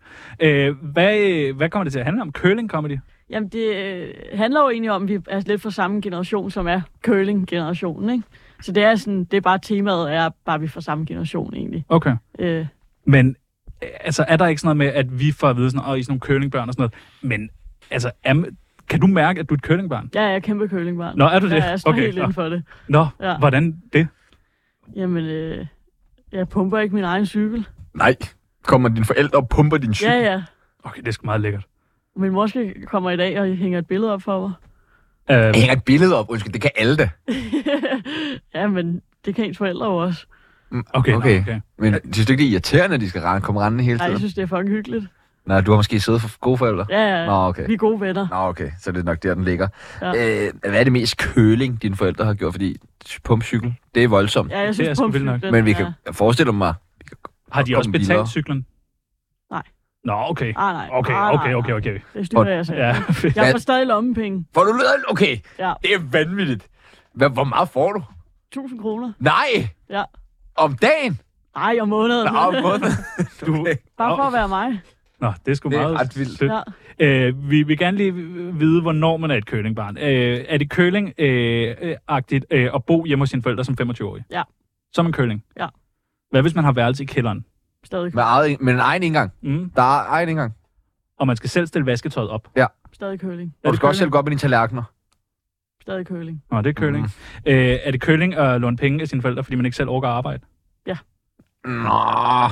Hvad kommer det til at handle om? Curling comedy? Jamen, det handler jo egentlig om, at vi er lidt fra samme generation, som er curling-generationen, ikke? Så det er sådan, det er bare temaet, er bare vi fra samme generation, egentlig. Okay. Men, altså, er der ikke sådan noget med, at vi får at vide sådan, I er sådan nogle curlingbørn og sådan noget, men, altså, kan du mærke, at du er et curlingbarn? Ja, jeg er kæmpe curlingbarn. Nå, er du det? Ja, jeg står helt inden for det. Nå, ja. Hvordan det? Jamen, jeg pumper ikke min egen cykel. Nej. Kommer dine forældre og pumper din cykel? Ja. Okay, det er sgu meget lækkert. Min mor kommer i dag og hænger et billede op for mig. Hænger et billede op? Undskyld, det kan alle da. Ja, men det kan ens forældre jo også. Okay. Men synes du ikke, det er irriterende, at de skal komme rendende hele tiden? Nej, jeg synes, det er fucking hyggeligt. Nej, du har måske siddet for gode forældre? Ja. Nå, okay. Vi er gode venner. Nå, okay. Så det er nok der, den ligger. Ja. Hvad er det mest køling, dine forældre har gjort? Fordi pumpcykel, det er voldsomt. Ja, jeg synes pumpcyklen. Men vi kan forestille mig... Har de også betalt cyklen? Nej. Nå, okay. Nej. Okay. Det styrer jeg så. Ja. Jeg får stadig lommepenge. Får du løn? Okay. Ja. Det er vanvittigt. Hvor meget får du? 1.000 kroner. Nej! Ja. Om dagen? Nej, om måneden. Nå, om måneden. Okay. Bare for at være mig. Nå, det er sgu meget ret vildt. Ja. Vi vil gerne lige vide, hvornår man er et curlingbarn. Er det curling-agtigt at bo hjemme hos sine forældre som 25-årig? Ja. Som en curling? Ja. Hvad hvis man har værelse i kælderen? Stadig. Med en egen indgang? Der er egen indgang. Og man skal selv stille vasketøjet op? Ja. Stadig curling. Og du skal også selv gå op med dine tallerkener? Stadig curling. Nå, det er curling. Er det curling at låne penge af sine forældre, fordi man ikke selv orker at arbejde? Ja. Nå,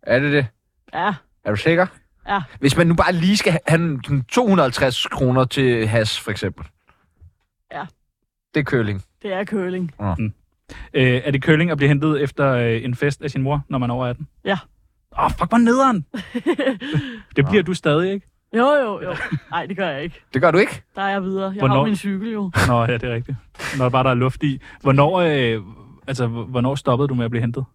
Er det det? Ja. Er du sikker? Ja. Hvis man nu bare lige skal have 250 kroner til hash, for eksempel. Ja. Det er curling. Det er curling. Er det curling at blive hentet efter en fest af sin mor, når man er over 18? Ja. Fuck, hvor nederen! Det bliver du stadig, ikke? Jo. Nej, det gør jeg ikke. Det gør du ikke? Der er jeg videre. Jeg Hvornår? har min cykel jo. Nå, ja, det er rigtigt. Når bare der er luft i. Hvornår stoppede du med at blive hentet?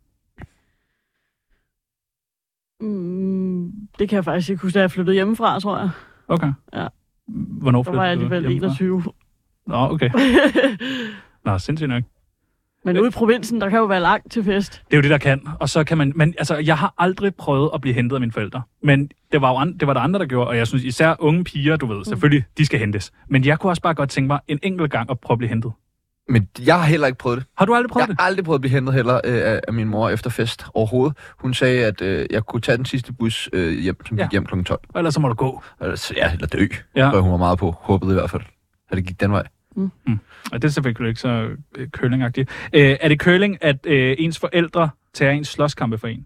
Det kan jeg faktisk ikke huske, da jeg flyttede hjemmefra, tror jeg. Okay. Ja. Hvornår Så flyttede var jeg du alligevel hjemmefra? 21. Nå, okay. Nå, sindssygt nok. Men ude i provinsen, der kan jo være langt til fest. Det er jo det, der kan. Og så kan man... Men altså, jeg har aldrig prøvet at blive hentet af mine forældre. Men det var der andre, der gjorde. Og jeg synes især unge piger, du ved, selvfølgelig, de skal hentes. Men jeg kunne også bare godt tænke mig en enkelt gang at prøve at blive hentet. Men jeg har heller ikke prøvet det. Har du aldrig prøvet det? Jeg har aldrig prøvet at blive hentet heller af min mor efter fest overhovedet. Hun sagde, at jeg kunne tage den sidste bus hjem, som gik hjem kl. 12. Og ellers så må du gå. Eller dø. Ja. Og hun var meget på. Håbede i hvert fald, at det gik den vej. Og det er selvfølgelig ikke så curling-agtigt. Er det curling, at ens forældre tager ens slåskampe for en?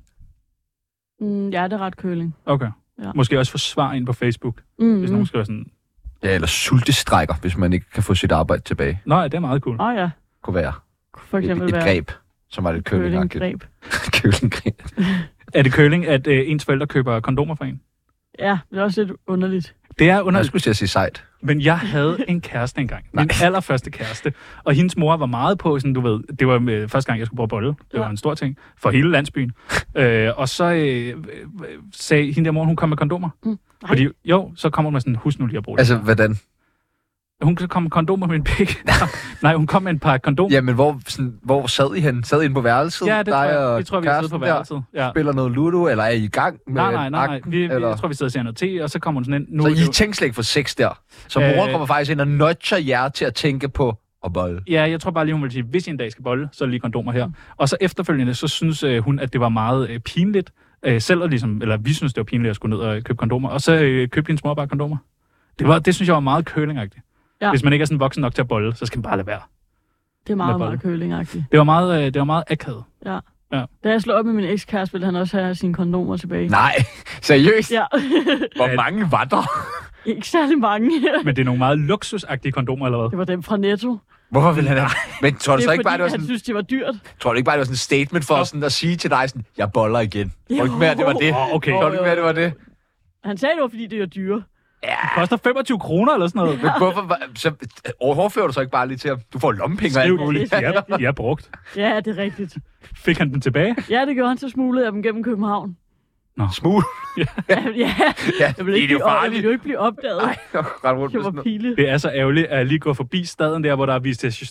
Ja, det er ret curling. Okay. Ja. Måske også forsvare en på Facebook, hvis nogen skriver sådan... Ja, eller sultestrækker, hvis man ikke kan få sit arbejde tilbage. Nå ja, det er meget cool. Ja. Kunne være For eksempel et greb, som var lidt curling-agtigt. Curling-greb. Er det curling, at ens forældre køber kondomer for en? Ja, det er også lidt underligt. Det er Jeg underligt. skulle til at sige sejt. Men jeg havde en kæreste engang. Min allerførste kæreste. Og hendes mor var meget på, sådan, du ved, det var første gang, jeg skulle bruge bolle. Det var en stor ting for hele landsbyen. Og så sagde hende der mor, hun kom med kondomer. Fordi, så kommer hun med sådan, husk nu lige at bruge det. Altså, hvordan? Hun kom med kondomer med en pik. Nej, hun kom med en par kondomer. Jamen, hvor sad I hen? Sad I inde på værelset? Ja, det tror vi sidder på værelset. Ja. Spiller noget Ludo, eller er I i gang med Nej. akten, Jeg tror, vi sidder og ser noget te, og så kommer hun sådan ind. Så I tænker slet ikke for sex der? Så moren kommer faktisk ind og nudger jer til at tænke på at bolle? Ja, jeg tror bare lige, hun vil sige, hvis I en dag skal bolle, så er det lige kondomer her. Og så efterfølgende, så synes hun, at det var meget pinligt. Selv ligesom, eller vi synes, det var pinligt at skulle ned og købe kondomer. Og så købte hendes mor bare kondomer. Det synes jeg var meget curling-agtigt. Ja. Hvis man ikke er sådan voksen nok til at bolle, så skal man bare lade være. Det er meget curling-agtigt. Det var meget akavet. Ja. Da jeg slog op med min ekskæreste, ville han også have sine kondomer tilbage. Nej, seriøst? Ja. Hvor mange var der? Ikke særlig mange. Men det er nogle meget luksusagtige kondomer, eller hvad? Det var dem fra Netto. Hvorfor ville han have? Men tror du så ikke bare, det var han sådan... synes, det var dyrt. Tror du ikke bare, det var sådan en statement for sådan at sige til dig sådan, jeg boller igen? Tror du ikke mere, det var det? Okay. Tror du ikke mere, det var det? Han sagde, det var, fordi det er dyre. Ja. Det koster 25 kroner eller sådan noget. Men hvorfor... Så overfører du så ikke bare lige til ham? Du får lommepenge og alt muligt. Jeg er brugt. Ja, det er rigtigt. Fik han den tilbage? Ja, det gjorde han. Så smuglede jeg dem gennem København. Nå. Smule? Ja. Jeg ville jo ikke blive opdaget. Nej, ret rundt det var pinligt. Det er så ærgerligt at lige gå forbi staden der, hvor der er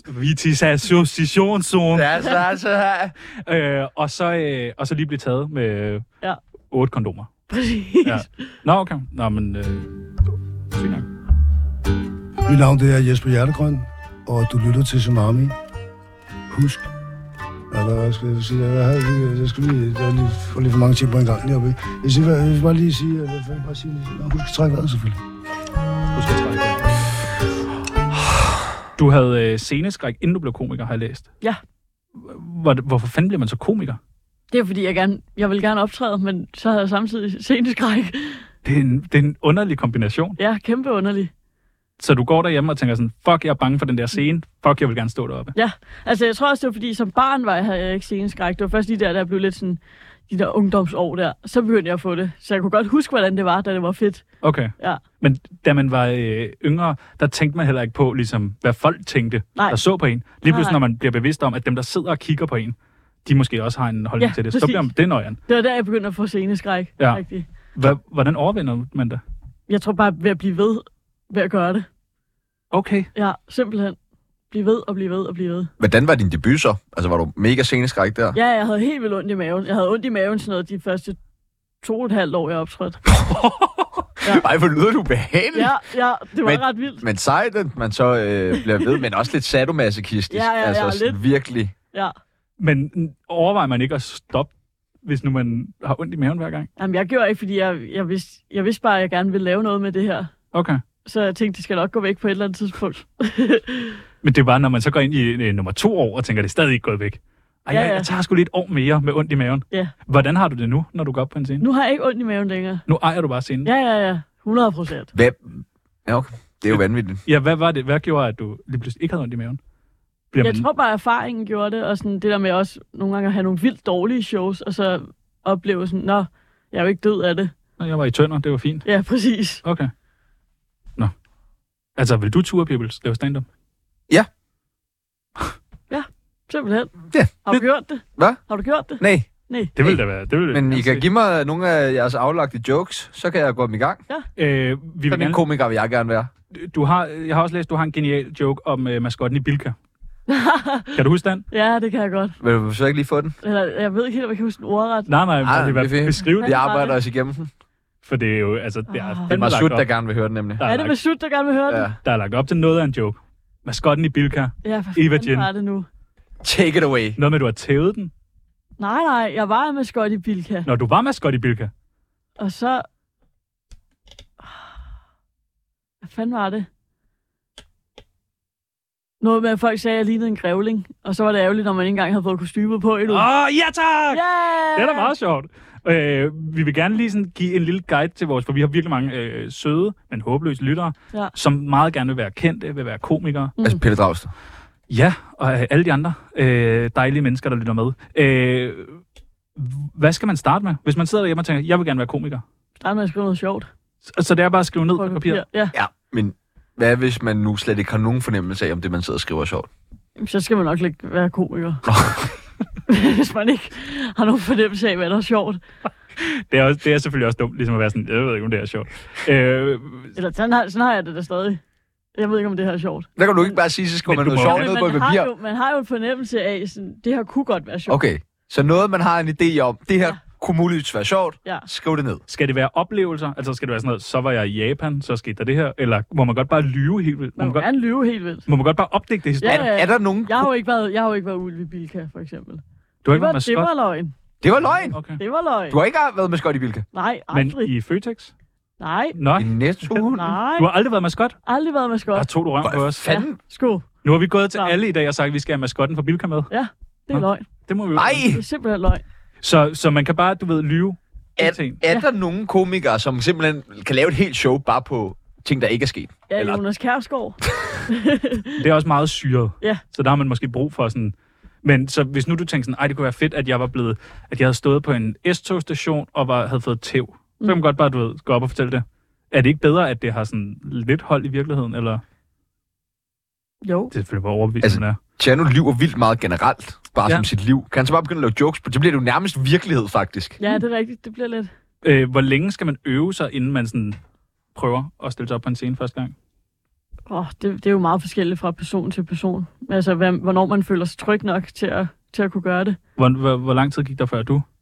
visitationszone. Ja, så. Og så lige blive taget med 8 kondomer. Præcis. Ja. Nå, okay. Nå, men... sygt nok. Mit navn det er Jesper Hjertegrøn, og du lytter til Tsunami. Husk. Eller hvad skal jeg sige? Jeg skal lige få lidt for mange ting på en gang deroppe. Jeg vil bare lige sige... Husk at trække vejret, selvfølgelig. Husk at trække vejret. Du havde sceneskræk, inden du blev komiker, har jeg læst. Ja. Hvorfor fanden bliver man så komiker? Det er fordi, jeg vil gerne optræde, men så havde jeg samtidig sceneskræk. Det er en underlig kombination. Ja, kæmpe underlig. Så du går derhjemme og tænker sådan, fuck, jeg er bange for den der scene. Fuck, jeg vil gerne stå deroppe. Ja, altså jeg tror også, det var fordi, som barn havde jeg ikke sceneskræk. Det var først lige der jeg blev lidt sådan, de der ungdomsår der. Så begyndte jeg at få det. Så jeg kunne godt huske, hvordan det var, da det var fedt. Okay. Ja. Men da man var yngre, der tænkte man heller ikke på, ligesom, hvad folk tænkte, der så på en. Lige pludselig, når man bliver bevidst om, at dem, der sidder og kigger på en, de måske også har en holdning til det. Så bliver det nøjeren. Det var der, jeg begyndte at få sceneskræk. Ja. Hvordan overvinder man det? Jeg tror bare ved at blive ved at gøre det. Okay. Ja, simpelthen. Bliv ved og bliv ved og bliv ved. Hvordan var din debut så? Altså, var du mega sceneskræk der? Ja, jeg havde helt vildt ondt i maven. Jeg havde ondt i maven sådan noget de første 2,5 år, jeg optrådte. Ej, hvor lyder du behageligt. Ja, det var ret vildt. Men sejt, at man så bliver ved, men også lidt sadomasochistisk. Altså, lidt. Virkelig. Ja. Men overvejer man ikke at stoppe, hvis nu man har ondt i maven hver gang? Jamen, jeg gjorde ikke, fordi jeg vidste bare, at jeg gerne ville lave noget med det her. Okay. Så jeg tænkte, det skal nok gå væk på et eller andet tidspunkt. Men det er bare, når man så går ind i nummer 2 år og tænker, det er stadig ikke gået væk. Jeg tager sgu lige et år mere med ondt i maven. Ja. Hvordan har du det nu, når du går op på en scene? Nu har jeg ikke ondt i maven længere. Nu ejer du bare scenen. Ja. 100%. Ja, okay. Det er jo vanvittigt. Ja, hvad var det? Hvad gjorde, at du lige pludselig ikke havde ondt i maven? Jeg tror bare, at erfaringen gjorde det, og sådan det der med også nogle gange at have nogle vildt dårlige shows, og så opleve sådan, jeg er jo ikke død af det. Jeg var i Tønder, det var fint. Ja, præcis. Okay. Nå. Altså, vil du ture, Pibbles, lave stand-up? Ja. Ja, simpelthen. Ja. Har du gjort det? Hvad? Har du gjort det? Nej. Det vil da være. Men I kan give mig nogle af jeres aflagte jokes, så kan jeg gå dem i gang. Ja. Vi vil Sådan en komiker vil jeg gerne være. Jeg har også læst, du har en genial joke om maskotten i Bilka. Kan du huske den? Ja, det kan jeg godt. Vil du så ikke lige få den? Eller, jeg ved ikke helt, om jeg kan huske den ordret. Nej, det er fint. beskriv det. Vi arbejder os igennem den. For det er jo, altså, det er Det er Masud, der gerne vil høre den nemlig. Er det Masud, der gerne vil høre den? Der er lagt op til noget af en joke. Maskotten i Bilka. Ja, for Eva fanden Jen. var det nu. Take it away. Noget med, du har tævet den. Nej, jeg var med skot i Bilka. Når du var maskot i Bilka. Og så... Hvad fanden var det? Noget med, at folk sagde, at jeg lignede en grævling. Og så var det ærgerligt, når man ikke engang havde fået kostymer på endnu. Ja tak! Yeah! Det er da meget sjovt. Vi vil gerne lige sådan give en lille guide til vores, for vi har virkelig mange søde, men håbløse lyttere, som meget gerne vil være kendte, vil være komikere. Altså Pelle Dragsted. Ja, og alle de andre dejlige mennesker, der lytter med. Hvad skal man starte med, hvis man sidder derhjemme og tænker, jeg vil gerne være komiker? Start med at skrive noget sjovt. Så det er bare at skrive ned på papir? Ja, men hvad hvis man nu slet ikke har nogen fornemmelse af, om det, man sidder og skriver, er sjovt? Så skal man nok ikke være komiker. Hvis man ikke har nogen fornemmelse af, hvad der er sjovt. Det er selvfølgelig også dumt, ligesom at være sådan, jeg ved ikke, om det er sjovt. Eller sådan har jeg det da stadig. Jeg ved ikke, om det her er sjovt. Der kan du ikke bare sige, så skal man noget sjovt ned på et papir. Man har jo en fornemmelse af, sådan, det her kunne godt være sjovt. Okay, så noget, man har en idé om, det her kunne muligvis være sjovt, skriv det ned. Skal det være oplevelser? Altså skal det være sådan noget, så var jeg i Japan, så skete der det her? Eller må man godt bare lyve helt vildt? Man må gerne lyve helt vildt. Må man godt bare opdække det historie? Er der nogen... Jeg har jo ikke været ulv i Bilka, for eksempel. Du har ikke været maskot? Det var løgn. Det var løgn? Okay. Det var løgn. Du har ikke været maskot i Bilka? Nej, aldrig. Men i Føtex? Nej. Nå. I Netto? Nej. Du har aldrig været maskot? Aldrig været maskot. Der tog du røven på os. Fanden? Ja, skål. Nu har vi gået til alle i dag og sagt, at vi skal have maskotten fra Bilka med. Ja, det er løgn. Det må vi jo. Nej! Det er simpelthen løgn. Så man kan bare, lyve. Er der nogen komikere, som simpelthen kan lave et helt show bare på ting, der ikke er sket? Ja, Eller... Jonas Kjærsgaard. Det er også meget syret. Ja. Så der har man måske brug for sådan... Men så hvis nu du tænker sådan, det kunne være fedt, at jeg havde stået på en S-togstation og havde fået tæv. Så kan man godt bare, gå op og fortælle det. Er det ikke bedre, at det har sådan lidt hold i virkeligheden, eller? Jo. Det er selvfølgelig bare overbevisende. Altså, Tjerno lyver vildt meget generelt, bare som sit liv. Kan han så bare begynde at lave jokes på? Det bliver jo nærmest virkelighed, faktisk. Ja, det er rigtigt. Det bliver lidt... Hvor længe skal man øve sig, inden man sådan prøver at stille sig op på en scene første gang? Det er jo meget forskelligt fra person til person. Altså, hvornår man føler sig tryg nok til at kunne gøre det. Hvor lang tid gik der før du?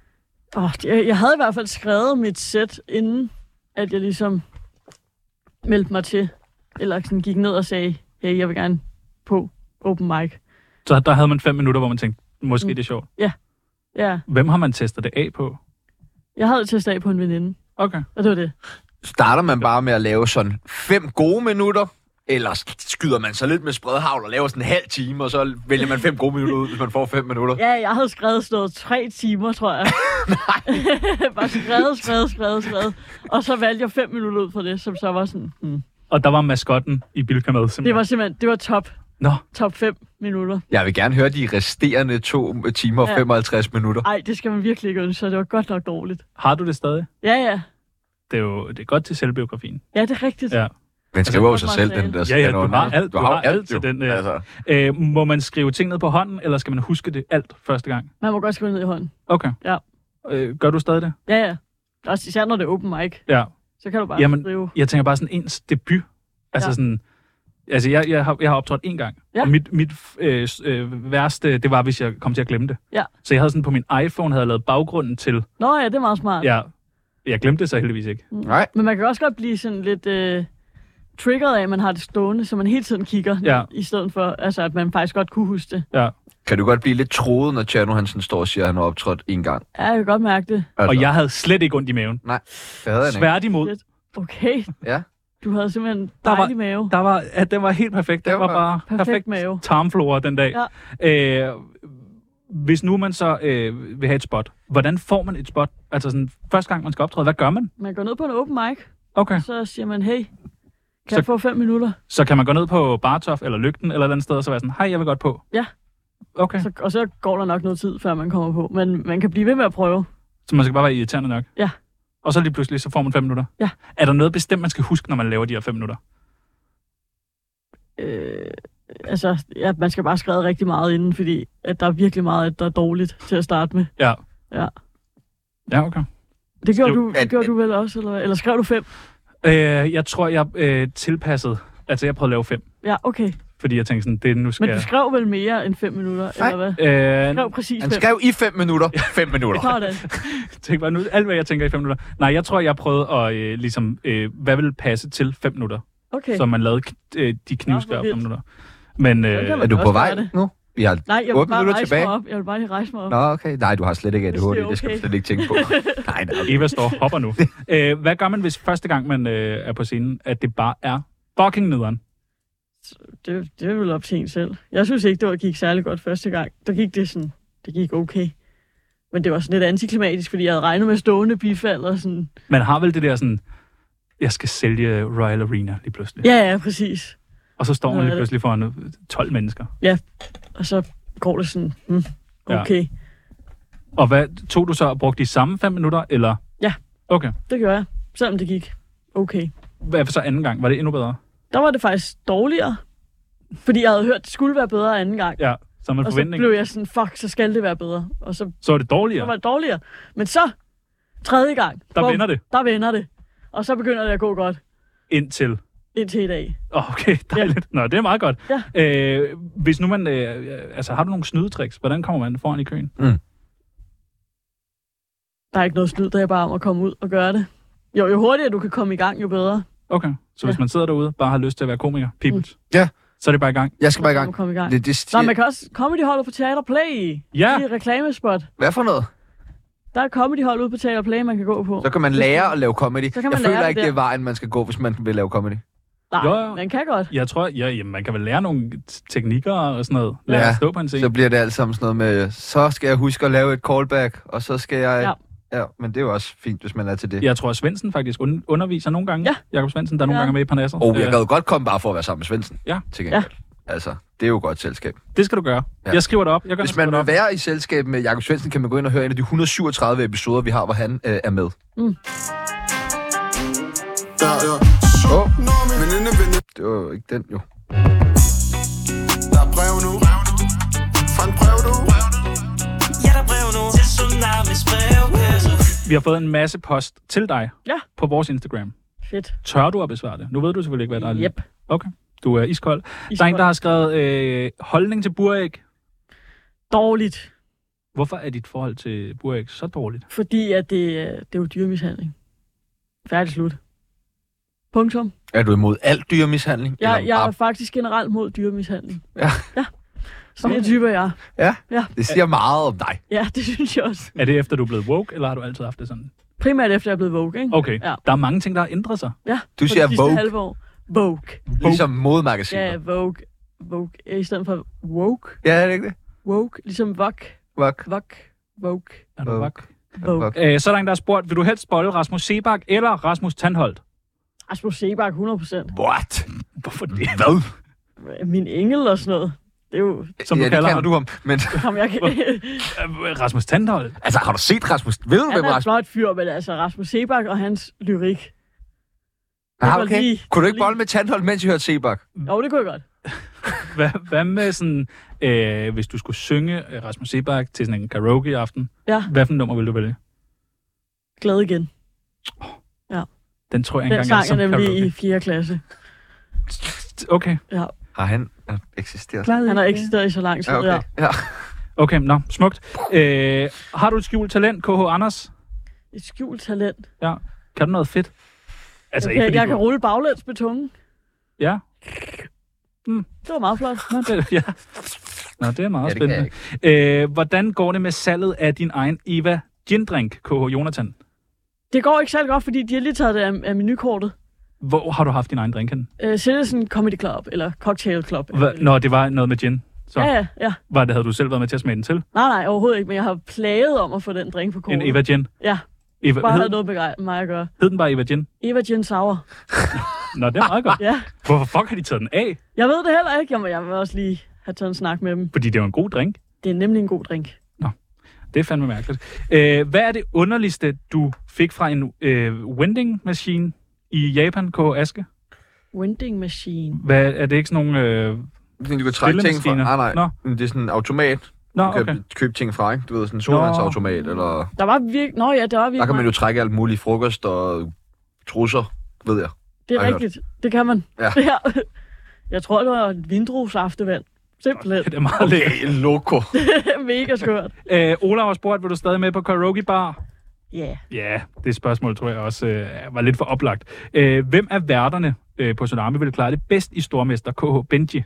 Jeg havde i hvert fald skrevet mit sæt, inden at jeg ligesom meldte mig til. Eller sådan gik ned og sagde, hey, jeg vil gerne på open mic. Så der havde man 5 minutter, hvor man tænkte, måske det er sjovt? Ja. Hvem har man testet det af på? Jeg havde testet af på en veninde. Okay. Og det var det. Starter man bare med at lave sådan 5 gode minutter, eller skyder man så lidt med spredhavl og laver sådan en halv time, og så vælger man 5 gode minutter ud, hvis man får 5 minutter? Ja, jeg havde skrevet sådan noget 3 timer, tror jeg. Nej. Bare skrevet. Og så valgte jeg 5 minutter ud fra det, som så var sådan... Og der var maskotten i Bilka med, simpelthen? Det var top. Nå. Top 5 minutter. Jeg vil gerne høre de resterende 2 timer og 55 minutter. Nej, det skal man virkelig ikke ønske, så det var godt nok dårligt. Har du det stadig? Ja. Det er godt til selvbiografien. Ja, det er rigtigt. Ja. Man skriver jo sig selv, den der. Ja, du har alt. Du har alt til den. Altså. Må man skrive ting ned på hånden, eller skal man huske det alt første gang? Man må godt skrive ned i hånden. Okay. Ja. Gør du stadig det? Ja. Også især når det er open mic. Ja. Så kan du bare skrive. Jeg tænker bare sådan ens debut. Altså sådan... Altså, jeg har optrådt 1 gang. Ja. Og mit værste, det var, hvis jeg kom til at glemme det. Ja. Så jeg havde sådan på min iPhone, havde jeg lavet baggrunden til... Nå ja, det er meget smart. Ja. Jeg glemte det så heldigvis ikke. Nej. Men man kan også godt blive sådan lidt triggeret af, at man har det stående, så man hele tiden kigger, i stedet for, altså, at man faktisk godt kunne huske det. Ja. Kan du godt blive lidt troet, når Tjerno Hansen står og siger, at han har optrådt 1 gang? Ja, jeg kan godt mærke det. Altså. Og jeg havde slet ikke ondt i maven. Nej, det havde han ikke. Tværtimod. Okay. Ja. Du havde simpelthen dejlig mave. Den var helt perfekt. Det var bare perfekt mave. tarmflora den dag. Ja. Hvis nu man så vil have et spot, hvordan får man et spot? Altså sådan, første gang man skal optræde, hvad gør man? Man går ned på en open mic, Okay. så siger man, hey, kan jeg få 5 minutter? Så kan man gå ned på Bartof eller Lygten eller et eller andet sted, og så være sådan, hej, jeg vil godt på. Ja. Okay. Og så går der nok noget tid, før man kommer på. Men man kan blive ved med at prøve. Så man skal bare være irriterende nok? Ja. Og så lige pludselig, så får man 5 minutter? Ja. Er der noget bestemt, man skal huske, når man laver de her 5 minutter? Man skal bare skrive rigtig meget inden, fordi at der er virkelig meget, der er dårligt til at starte med. Ja. Ja. Ja, okay. Det gjorde du vel også, eller skrev du 5? Jeg tror, jeg tilpassede. Altså, jeg prøvede at lave 5. Ja, okay. Fordi jeg tænkte sådan, det nu skal Men du skrev vel mere end 5 minutter, eller hvad? Du skrev præcis 5. Han skrev i 5 minutter. 5 minutter. Sådan. Tænk bare nu, alt hvad jeg tænker i 5 minutter. Nej, jeg tror, jeg prøvede at hvad vil passe til 5 minutter? Okay. Så man lavede de knivskær 5 minutter. Men er du på vej nu? Vi har Nej, jeg vil 8 bare minutter rejse tilbage. mig op. Jeg vil bare lige rejse mig op. Nå, okay. Nej, du har slet ikke ADHD. Okay. Det skal du slet ikke tænke på. Nej. Eva står og hopper nu. Hvad gør man, hvis første gang, man er på scenen, at det bare er fucking nederen? Det er vel op til en selv. Jeg synes ikke, det gik særlig godt første gang. Der gik det sådan, det gik okay. Men det var sådan lidt antiklimatisk, fordi jeg havde regnet med stående bifald og sådan. Man har vel det der sådan, jeg skal sælge Royal Arena lige pludselig. Ja, præcis. Og så står man lige pludselig foran 12 mennesker. Ja, og så går det sådan, okay. Ja. Og hvad tog du så og brugte de samme 5 minutter, eller? Ja, okay. Det gør jeg, selvom det gik okay. Hvad for så anden gang? Var det endnu bedre? Der var det faktisk dårligere, fordi jeg havde hørt, at det skulle være bedre anden gang. Ja, så man forventning. Og så blev jeg sådan, fuck, så skal det være bedre. Og så var det dårligere? Så var det dårligere. Men så, tredje gang. Der vender det? Der vender det. Og så begynder det at gå godt. Indtil i dag. Okay, dejligt. Ja. Nå, det er meget godt. Ja. Hvis nu man... har du nogle snydetricks? Hvordan kommer man foran i køen? Der er ikke noget snyd, der er bare om at komme ud og gøre det. Jo hurtigere du kan komme i gang, jo bedre. Okay, så hvis man sidder derude bare har lyst til at være komiker, peoples, så er det bare i gang. Jeg skal bare i gang. Nå, man kan også comedyholdet på Teater Play. Ja. Det er reklamespot. Hvad for noget? Der er comedyhold ude på Teater Play, man kan gå på. Så kan man lære at lave comedy. Jeg føler ikke, det er vejen, man skal gå, hvis man vil lave comedy. Nej, man kan godt. Jeg tror, man kan vel lære nogle teknikker og sådan noget. Lære at stå på en scene. Så bliver det alt sammen sådan noget med, så skal jeg huske at lave et callback, og så skal jeg... Ja, men det er jo også fint, hvis man er til det. Jeg tror, at Svendsen faktisk underviser nogle gange. Ja. Jakob Svendsen, der nogle gange er med i Parnasset. Jeg kan jo godt komme bare for at være sammen med Svendsen. Ja. Til gengæld. Altså, det er jo godt selskab. Det skal du gøre. Ja. Jeg skriver det op. Hvis man vil være i selskab med Jakob Svendsen, kan man gå ind og høre en af de 137 episoder, vi har, hvor han er med. Det var jo ikke den, jo. Der er brev nu. Fra en brev nu. Ja, der er brev nu. Til Tsunamis brevkasse. Vi har fået en masse post til dig på vores Instagram. Fedt. Tør du at besvare det? Nu ved du selvfølgelig ikke, hvad der er. Yep. Okay. Du er iskold. Der er en, der har skrevet holdning til buræg. Dårligt. Hvorfor er dit forhold til buræg så dårligt? Fordi at det er jo dyremishandling. Færdig slut. Punktum. Er du imod alt dyremishandling? Jeg er faktisk generelt mod dyremishandling. Ja. Sådan en type jeg. Ja, det siger meget om dig. Ja, det synes jeg også. Er det efter, du er blevet woke, eller har du altid haft det sådan? Primært efter, jeg er blevet woke, ikke? Okay. Ja. Der er mange ting, der har ændret sig. Ja, du siger woke. Halve år. Woke. Ligesom modemagasinet. Ja, woke. I stedet for woke. Ja, er det ikke det? Woke, ligesom vok. Woke. Er du vok? Woke. Så er der en, der har spurgt, vil du helst bolle Rasmus Seebach eller Rasmus Tandholt? Rasmus Seebach, 100%. What? Hvorfor det? Hvad? Min engel og sådan noget. Det er jo... Som du kalder ham. Du ham, men... Rasmus Tandholt? Altså, har du set Rasmus? Ved du, hvem Rasmus? Han er en flot fyr, men altså Rasmus Seebach og hans lyrik. Okay. Kunne du ikke bolle med Tandholt, mens I hørte Seebach? Jo, det kunne jeg godt. Hvad med sådan, hvis du skulle synge Rasmus Seebach til sådan en karaoke-aften? Ja. Hvad for nummer vil du vælge? Glad igen. Ja. Den tror jeg engang er som karaoke. Den sang jeg nemlig i 4. klasse. Okay. Ja. Har han eksisteret? Han har eksisteret i så lang tid, okay. Ja. Okay, smukt. Har du et skjult talent, KH Anders? Et skjult talent? Ja. Kan du noget fedt? Altså, jeg kan rulle baglæns med tungen. Ja. Det var meget flot. Nå, det er meget spændende. Hvordan går det med salget af din egen Eva Gin-drink, KH Jonathan? Det går ikke særlig godt, fordi de har lige taget det af menukortet. Hvor har du haft din egen drink hen? Citizen Comedy Club, eller Cocktail Club. Nå, det var noget med gin. Så Ja. havde du selv været med til at smage den til? Nej, overhovedet ikke, men jeg har plaget om at få den drink på kortet. En Eva Gin? Ja. Bare havde noget med mig at gøre. Hed den bare Eva Gin? Eva Gin Sour. Nå, det er meget godt. Ja. Hvorfor fuck har de taget den af? Jeg ved det heller ikke. Jeg vil også lige have taget en snak med dem. Fordi det er jo en god drink. Det er nemlig en god drink. Nå, det er fandme mærkeligt. Hvad er det underligste, du fik fra en vending machine i Japan, K. Aske? Vending machine? Hvad, er det ikke sådan nogle... Du kan trække ting fra. Nej. Nå. Det er sådan en automat. Nå, Du kan købe ting fra, ikke? Du ved, sådan en sodavandsautomat, eller... Der var virkelig... Nå ja, der var virkelig... Der kan man jo trække alt muligt frokost og trusser, ved jeg. Det er rigtigt. Det kan man. Ja. Jeg tror, det var et vindruesaftevand. Simpelthen. Det er meget lækkert. Okay, loco. Mega skørt. Olav har spurgt, vil du stadig med på karaoke bar? Ja. Ja, det spørgsmål tror jeg også var lidt for oplagt. Hvem af værterne på Tsunami ville klare det bedst i Stormester KH Benji?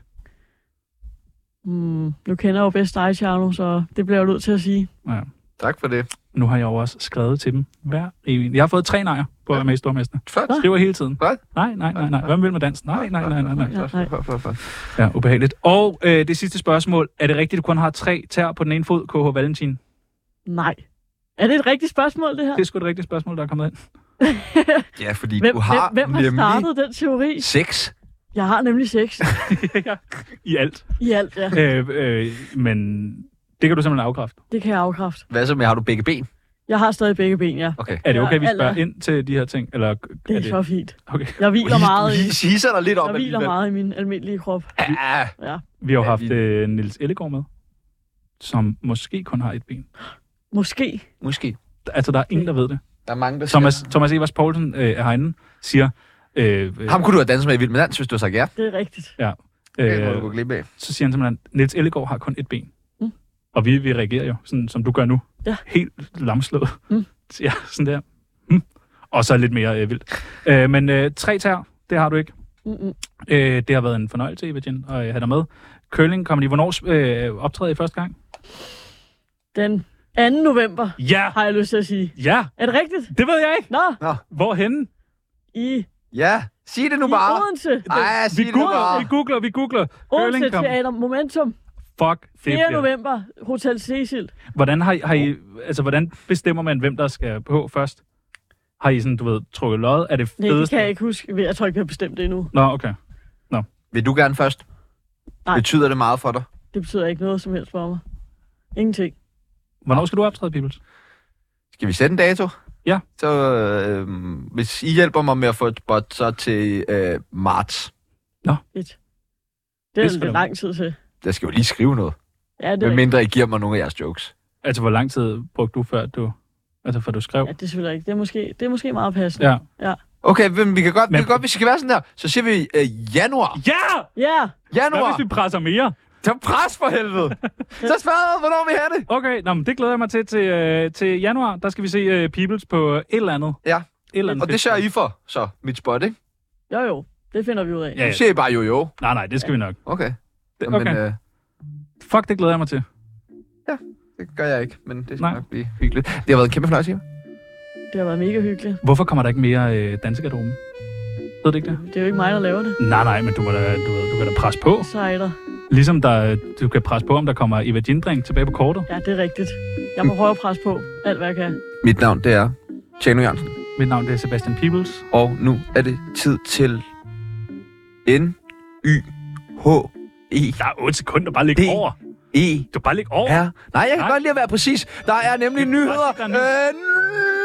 Nu kender jeg jo bedst dig, Charlo, så det bliver jeg nødt til at sige. Ja. Tak for det. Nu har jeg jo også skrevet til dem hver evig. Jeg har fået 3 nejer på at være med i Stormester. Flot. Skriver hele tiden. Hvad? Nej. Hvad vil med dans? Nej. Ja. Ja, ubehageligt. Og det sidste spørgsmål. Er det rigtigt, at du kun har 3 tær på den ene fod, KH Valentin? Nej. Er det et rigtigt spørgsmål, det her? Det er sgu et rigtigt spørgsmål, der er kommet ind. Ja, fordi hvem, du har hvem har startet den teori? 6. Jeg har nemlig 6. Ja, i alt. I alt, ja. Men det kan du simpelthen afkræfte. Det kan jeg afkræfte. Hvad så med, har du begge ben? Jeg har stadig begge ben, ja. Okay. Er det okay, vi spørger ind til de her ting? Eller Det er så fint. Okay. Jeg hviler meget. Du hisser dig lidt op. Jeg hviler meget i min almindelige krop. Ja. Vi har jo haft Niels Ellegaard med, som måske kun har et ben. Måske. Altså, der er ingen, der ved det. Der er mange, der Thomas Evers Poulsen er herinde, siger... ham kunne du have danset med i Vild Med Dans, hvis du har sagt ja. Det er rigtigt. Ja. Det gå glip af. Så siger han simpelthen, Niels Ellegaard har kun et ben. Og vi reagerer jo, sådan som du gør nu. Ja. Helt lamslået. Ja, sådan der. Og så lidt mere vildt. Men 3 tær, det har du ikke. Det har været en fornøjelse, Eva Gin, at have dig med. Curling Comedy, hvornår optræder I første gang? Den 2. november, ja, har jeg lyst til at sige. Ja. Er det rigtigt? Det ved jeg ikke. Nå. Hvorhenne? Ja, sig det nu bare. I Odense. Ej, sig det nu bare. Vi googler. Odense Teater Momentum. Fuck. 4. november, Hotel Cecil. Hvordan har I, altså hvordan bestemmer man, hvem der skal på først? Har I sådan, du ved, trukket lod? Er det fedeste? Nej, det kan jeg ikke huske. Jeg tror ikke, vi har bestemt det endnu. Nå, okay. Nå. Vil du gerne først? Nej. Betyder det meget for dig? Det betyder ikke noget som helst for mig. Ingenting. Hvornår skal du optræde, Pibels? Skal vi sætte en dato? Ja. Så hvis I hjælper mig med at få et spot, så til marts. Nå. Fedt. Det er lidt lang tid til. Der skal jo lige skrive noget. Ja, det er mindre I giver mig nogle af jeres jokes. Altså, hvor lang tid brugte du før du skrev? Ja, det er selvfølgelig ikke. Det er måske meget passende. Ja. Okay, vi kan godt, hvis det skal være sådan der, så siger vi januar. Ja! Januar! Hvad hvis vi presser mere? Så pres for helvede! Så spørg, hvornår vi have det? Okay, men det glæder jeg mig til januar. Der skal vi se Peoples på et eller andet. Ja, eller og det sørger I for, så mit spot, ikke? Jo, det finder vi ud af. Ja. Du siger I bare jo. Nej, det skal vi nok. Okay. Men, fuck, det glæder jeg mig til. Ja, det gør jeg ikke, men det skal nok blive hyggeligt. Det har været en kæmpe fornøjelse. Det har været mega hyggeligt. Hvorfor kommer der ikke mere dansegarderoben? Ved du ikke det? Det er jo ikke mig, der laver det. Nej, men du kan da presse på. Sejder. Ligesom du kan presse på, om der kommer Eva Gin-drink tilbage på kortet. Ja, det er rigtigt. Jeg må prøve at presse på alt, hvad jeg kan. Mit navn, det er Tjano Jørgensen. Mit navn, det er Sebastian Peebles. Og nu er det tid til N-Y-H-E. Der er 8 sekunder, bare læg over. E. Du bare læg over. Nej, jeg kan godt lide at være præcis. Der er nemlig nyheder.